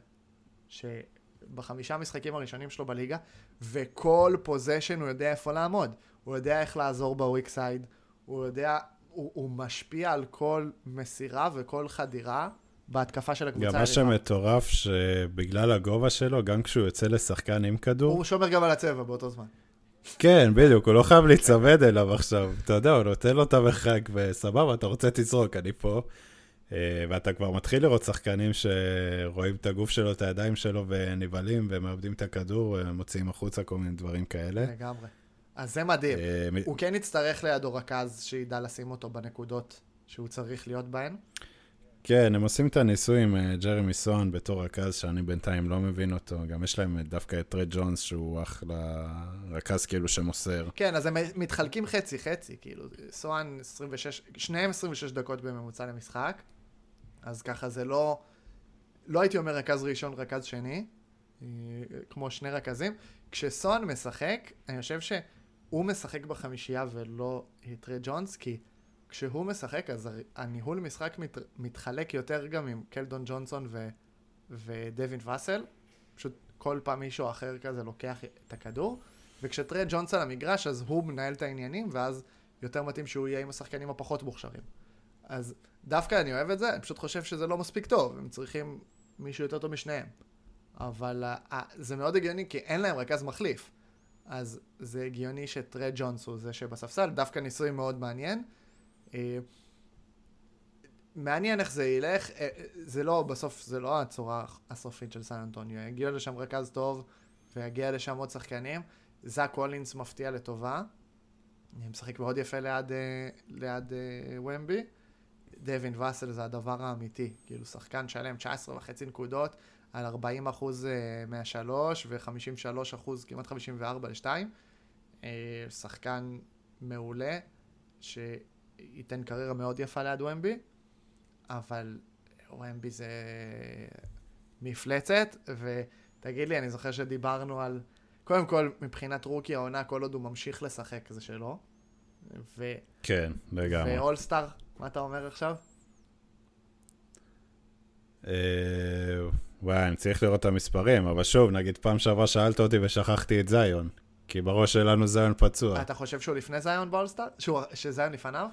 [SPEAKER 2] שבחמישה משחקים הראשונים שלו בליגה, וכל פוזיישן הוא יודע איפה לעמוד. הוא יודע איך לעזור בוויק סייד, הוא יודע, הוא משפיע על כל מסירה וכל חדירה בהתקפה של הקבוצה.
[SPEAKER 1] גם מה שמטורף שבגלל הגובה שלו, גם כשהוא יוצא לשחקן עם כדור...
[SPEAKER 2] הוא שומר גם על הצבע באותו זמן.
[SPEAKER 1] כן, בדיוק, הוא לא חייב להצמד אליו עכשיו. אתה יודע, הוא נותן לו את המרחק וסבבה, אתה רוצה תזרוק, אני פה. ואתה כבר מתחיל לראות שחקנים שרואים את הגוף שלו, את הידיים שלו ונבלים ומאבדים את הכדור, מוציאים החוצה כל מיני דברים כאלה.
[SPEAKER 2] לגמרי. אז זה מדהים. הוא כן יצטרך לידו רכז שידע לשים אותו בנקודות שהוא צריך להיות בהן.
[SPEAKER 1] כן, הם עושים את הניסוי עם ג'רמי סון בתור רכז, שאני בינתיים לא מבין אותו. גם יש להם דווקא את טרי ג'ונס, שהוא אחלה רכז כאילו שמוסר.
[SPEAKER 2] כן, אז הם מתחלקים חצי-חצי, כאילו. סון 26, שניהם 26 דקות בממוצע למשחק. אז ככה זה לא הייתי אומר רכז ראשון, רכז שני, כמו שני רכזים. כשסון משחק, אני חושב שהוא משחק בחמישייה ולא טרי ג'ונס, כי כשהוא משחק, אז הניהול משחק מתחלק יותר גם עם קלדון ג'ונסון ודווין וסל. פשוט כל פעם מישהו אחר כזה לוקח את הכדור. וכשטרי ג'ונס על המגרש, אז הוא מנהל את העניינים, ואז יותר מתאים שהוא יהיה עם השחקנים הפחות מוכשרים. אז דווקא אני אוהב את זה, אני פשוט חושב שזה לא מספיק טוב. הם צריכים מישהו יותר טוב משניהם. אבל זה מאוד הגיוני, כי אין להם רכז מחליף. אז זה הגיוני שטרי ג'ונס הוא זה שבספסל, דווקא ניסוי מאוד מעניין. מעניין איך זה ילך, זה לא, בסוף זה לא הצורה הסופית של סן אנטוניו, יגיע לשם רכז טוב ויגיע לשם עוד שחקנים. זאק קולינס מפתיע לטובה, משחק מאוד יפה ליד ומבי. דווין וסל זה הדבר האמיתי, כאילו שחקן שלם 19.5 נקודות, על 40% מהשלוש, ו-53%, כמעט 54 לשתיים. שחקן מעולה, שייתן קריירה מאוד יפה ליד ומבי, אבל ומבי זה מפלצת, ותגיד לי, אני זוכר שדיברנו על, קודם כל, מבחינת רוקי העונה, כל עוד הוא ממשיך לשחק, זה שלו.
[SPEAKER 1] כן, לגמרי.
[SPEAKER 2] ואולסטאר, מה אתה אומר עכשיו?
[SPEAKER 1] וואי, אני צריך לראות את המספרים, אבל שוב, נגיד פעם שעברה שאלת אותי ושכחתי את זיון, כי בראש שלנו זיון פצוע.
[SPEAKER 2] אתה חושב שהוא לפני זיון באולסטאר? שזיון לפניו?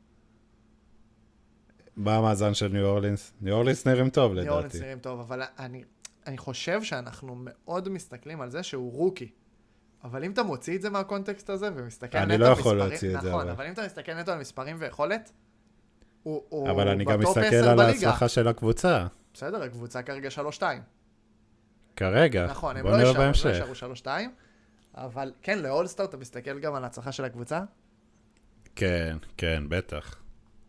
[SPEAKER 1] מה המאזן של ניו אורלינס? ניו אורלינס נראים טוב לדעתי.
[SPEAKER 2] ניו אורלינס נראים טוב, אבל אני חושב שאנחנו מאוד מסתכלים על זה שהוא רוקי. אבל אם אתה מוציא את זה מהקונטקסט הזה ומסתכל
[SPEAKER 1] אני לא יכול להוציא את זה.
[SPEAKER 2] נכון, אבל אם אתה מסתכל נטו על מספרים ויכולת, הוא
[SPEAKER 1] אבל אני גם
[SPEAKER 2] בטופ
[SPEAKER 1] מסתכל
[SPEAKER 2] 10
[SPEAKER 1] על
[SPEAKER 2] בליגה.
[SPEAKER 1] ההצלחה של הקבוצה.
[SPEAKER 2] בסדר, הקבוצה כרגע 3-2.
[SPEAKER 1] כרגע.
[SPEAKER 2] נכון, הם
[SPEAKER 1] בוא
[SPEAKER 2] לא
[SPEAKER 1] נראה
[SPEAKER 2] ישארו
[SPEAKER 1] בהמשך.
[SPEAKER 2] 3-2, אבל כן, לאולסטאר אתה מסתכל גם על ההצלחה של הקבוצה.
[SPEAKER 1] כן, כן, בטח.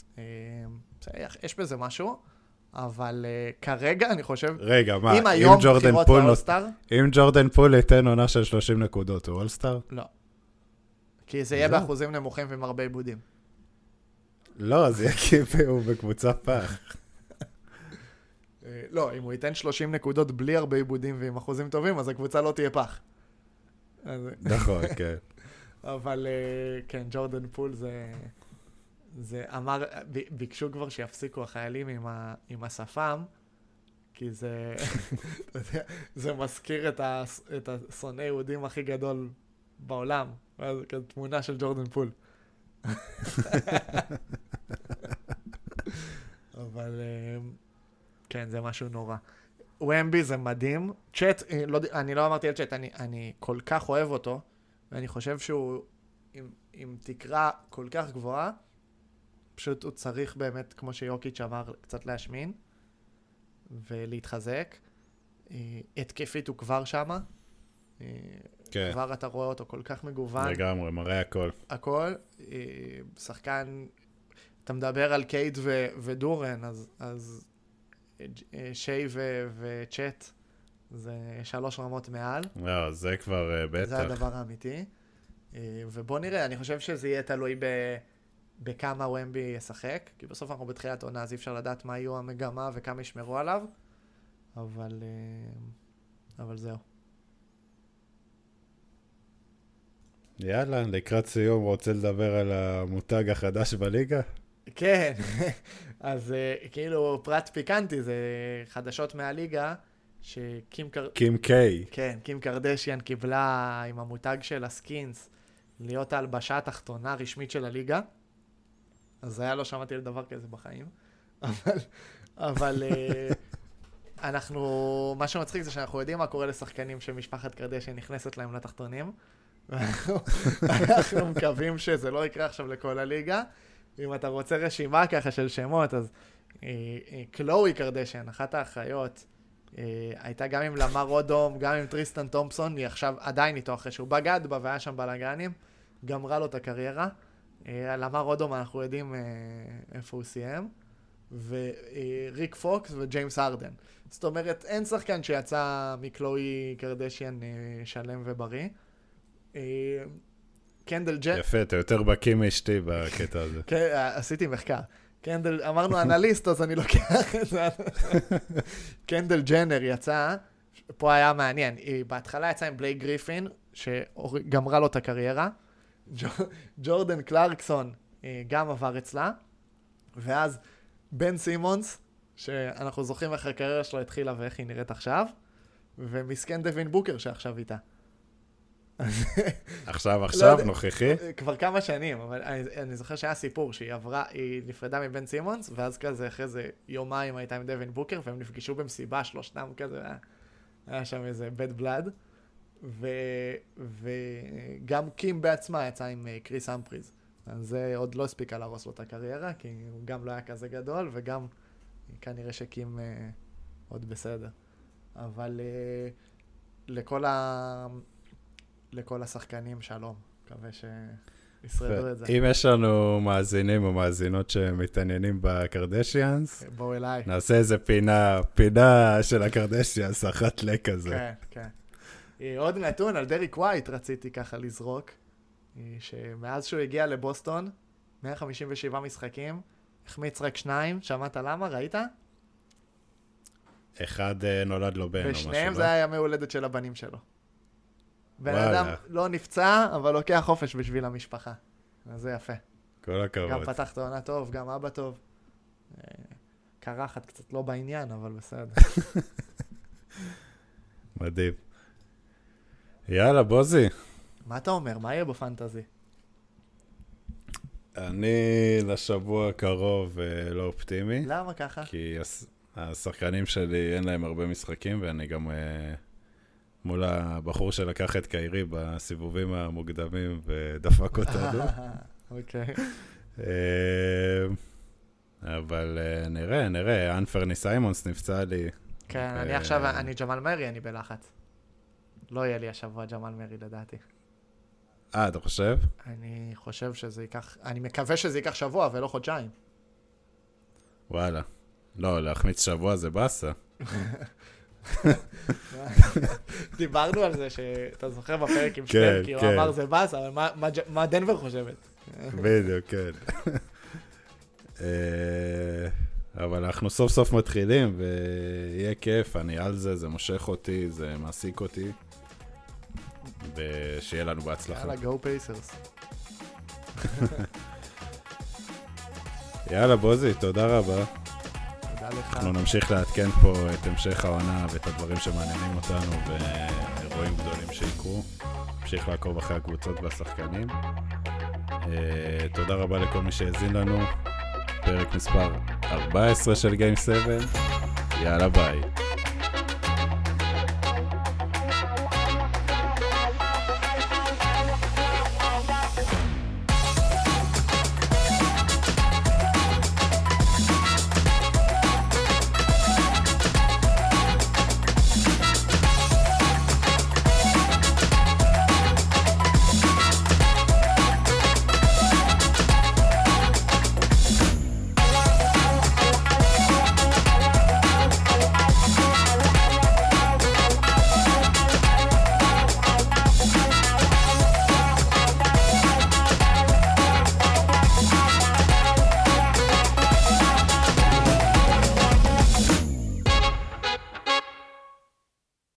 [SPEAKER 2] יש בזה משהו, אבל כרגע אני חושב,
[SPEAKER 1] רגע, מה,
[SPEAKER 2] אם היום בחירות לאולסטאר,
[SPEAKER 1] אם ג'ורדן פול ייתן עונה של 30 נקודות, הוא אולסטאר?
[SPEAKER 2] לא. כי זה יהיה באחוזים נמוכים ועם הרבה עיבודים.
[SPEAKER 1] לא, זה יהיה הוא בקבוצה פח.
[SPEAKER 2] לא, אם הוא ייתן 30 נקודות בלי הרבה עיבודים ועם אחוזים טובים, אז הקבוצה לא תהיה פח.
[SPEAKER 1] נכון, כן.
[SPEAKER 2] אבל כן, ג'ורדן פול זה אמר, ביקשו כבר שיפסיקו החיילים עם השפם, כי זה, אתה יודע, זה מזכיר את השונא יהודים הכי גדול בעולם. ואז כזה תמונה של ג'ורדן פול. אבל כן, זה משהו נורא. ומבי זה מדהים. צ'אט, אני לא אמרתי על צ'אט, אני כל כך אוהב אותו, ואני חושב שהוא עם תקרה כל כך גבוהה, פשוט הוא צריך באמת, כמו שיוקיץ' אמר, קצת להשמין ולהתחזק. התקפית הוא כבר שמה.
[SPEAKER 1] כן.
[SPEAKER 2] כבר אתה רואה אותו כל כך מגוון.
[SPEAKER 1] לגמרי, מראה הכל.
[SPEAKER 2] הכל. שחקן, אתה מדבר על קייד ודורן, אז שי וצ'אט, זה 3 רמות מעל.
[SPEAKER 1] לא, זה כבר בטח.
[SPEAKER 2] זה הדבר האמיתי. ובוא נראה, אני חושב שזה יהיה תלוי בכמה ומבי ישחק, כי בסוף אנחנו בתחילת עונה, אז אי אפשר לדעת מה יהיו המגמה וכמה ישמרו עליו, אבל זהו.
[SPEAKER 1] יאללה, לקראת סיום רוצה לדבר על המותג החדש בליגה?
[SPEAKER 2] כן, אז כאילו פרט פיקנטי, זה חדשות מהליגה,
[SPEAKER 1] קים קיי.
[SPEAKER 2] כן, קים קרדשיאן קיבלה עם המותג של הסקינס, להיות ההלבשה התחתונה רשמית של הליגה. אז היה לא שמעתי על דבר כזה בחיים. אבל אנחנו, מה שמצחיק זה שאנחנו יודעים מה קורה לשחקנים שמשפחת קרדשיאן נכנסת להם לתחתונים. אנחנו מקווים שזה לא יקרה עכשיו לכל הליגה. אם אתה רוצה רשימה ככה של שמות, אז קלואי קרדשיאן, אחת האחיות, הייתה גם עם למר אודום, גם עם טריסטן תומפסון, היא עכשיו עדיין איתו אחרי שהוא בגד בה והיה שם בלגנים, גמרה לו את הקריירה. למר אודום אנחנו יודעים איפה הוא סיים, וריק פוקס וג'יימס ארדן. זאת אומרת, אין שחקן שיצא מקלואי קרדשיאן שלם ובריא. קנדל ג'נר...
[SPEAKER 1] יפה, אתה יותר בקיא מאשתי בקטע הזה.
[SPEAKER 2] כן, עשיתי מחקר. קנדל, אמרנו אנליסט, אז אני לוקח את זה. קנדל ג'נר יצא, פה היה מעניין, היא בהתחלה יצאה עם בלייק גריפין, שגמרה לו את הקריירה. ג'ורדן קלרקסון גם עבר אצלה, ואז בן סימונס, שאנחנו זוכרים איך הקריירה שלו התחילה ואיך היא נראית עכשיו, ומסכן דווין בוקר שעכשיו איתה.
[SPEAKER 1] עכשיו, נוכחי?
[SPEAKER 2] כבר כמה שנים, אבל אני זוכר שהיה סיפור שהיא עברה, היא נפרדה מבן סימונס, ואז כזה אחרי זה יומיים הייתה עם דווין בוקר, והם נפגשו במסיבה, שלושתם כזה, היה שם איזה bad blood, וגם קים בעצמה יצאה עם קריס אמפריז. אז זה עוד לא הספיקה להרוס לו את הקריירה, כי הוא גם לא היה כזה גדול, וגם כנראה שקים עוד בסדר. אבל לכל השחקנים שלום. מקווה ישרדו את זה.
[SPEAKER 1] אם יש לנו מאזינים או מאזינות שמתעניינים בקרדשיאנס,
[SPEAKER 2] בואו אליי.
[SPEAKER 1] נעשה איזה פינה של הקרדשיאנס, אחת כזה.
[SPEAKER 2] כן, כן. עוד נתון על דריק ווייט רציתי ככה לזרוק, שמאז שהוא הגיע לבוסטון, 157 משחקים, החמיץ רק 2, שמעת למה? ראית?
[SPEAKER 1] אחד נולד לו בן או משהו.
[SPEAKER 2] ושניהם זה היה ימי הולדת של הבנים שלו. בן
[SPEAKER 1] וואלה.
[SPEAKER 2] אדם לא נפצע, אבל לוקח חופש בשביל המשפחה. אז זה יפה.
[SPEAKER 1] כל הכבוד.
[SPEAKER 2] גם פתח את העונה טוב, גם אבא טוב. קרחת קצת לא בעניין, אבל בסדר.
[SPEAKER 1] מדהים. יאללה, בוזי.
[SPEAKER 2] מה אתה אומר? מה יהיה בפנטזי?
[SPEAKER 1] אני לשבוע הקרוב לא אופטימי.
[SPEAKER 2] למה ככה?
[SPEAKER 1] כי השחקנים שלי אין להם הרבה משחקים, ואני גם מול הבחור שלקח את קיירי בסיבובים המוקדמים ודפק אותנו.
[SPEAKER 2] אוקיי.
[SPEAKER 1] אבל נראה, אנפרני סיימונס נפצע לי.
[SPEAKER 2] כן, אני עכשיו, אני ג'מאל מרי, אני בלחץ. לא יהיה לי השבוע ג'מאל מרי לדעתי.
[SPEAKER 1] אתה חושב?
[SPEAKER 2] אני חושב שזה ייקח, אני מקווה שזה ייקח שבוע ולא חודשיים.
[SPEAKER 1] וואלה. לא, להחמיץ שבוע זה בסה.
[SPEAKER 2] דיברנו על זה שאתה זוכר בפרק עם שטרן, כי הוא אמר זה בס, אבל מה דנבר חושבת?
[SPEAKER 1] בדיוק, כן. אבל אנחנו סוף סוף מתחילים, ויהיה כיף, אני על זה, זה מושך אותי, זה מעסיק אותי, ושיהיה לנו בהצלחה.
[SPEAKER 2] יאללה, גו פייסרס.
[SPEAKER 1] יאללה, בוזי, תודה רבה.
[SPEAKER 2] תודה לך.
[SPEAKER 1] אנחנו נמשיך לעדכן פה את המשך העונה ואת הדברים שמעניינים אותנו ואירועים גדולים שיקרו. נמשיך לעקוב אחרי הקבוצות והשחקנים. תודה רבה לכל מי שהאזין לנו. פרק מספר 14 של Game 7. יאללה ביי.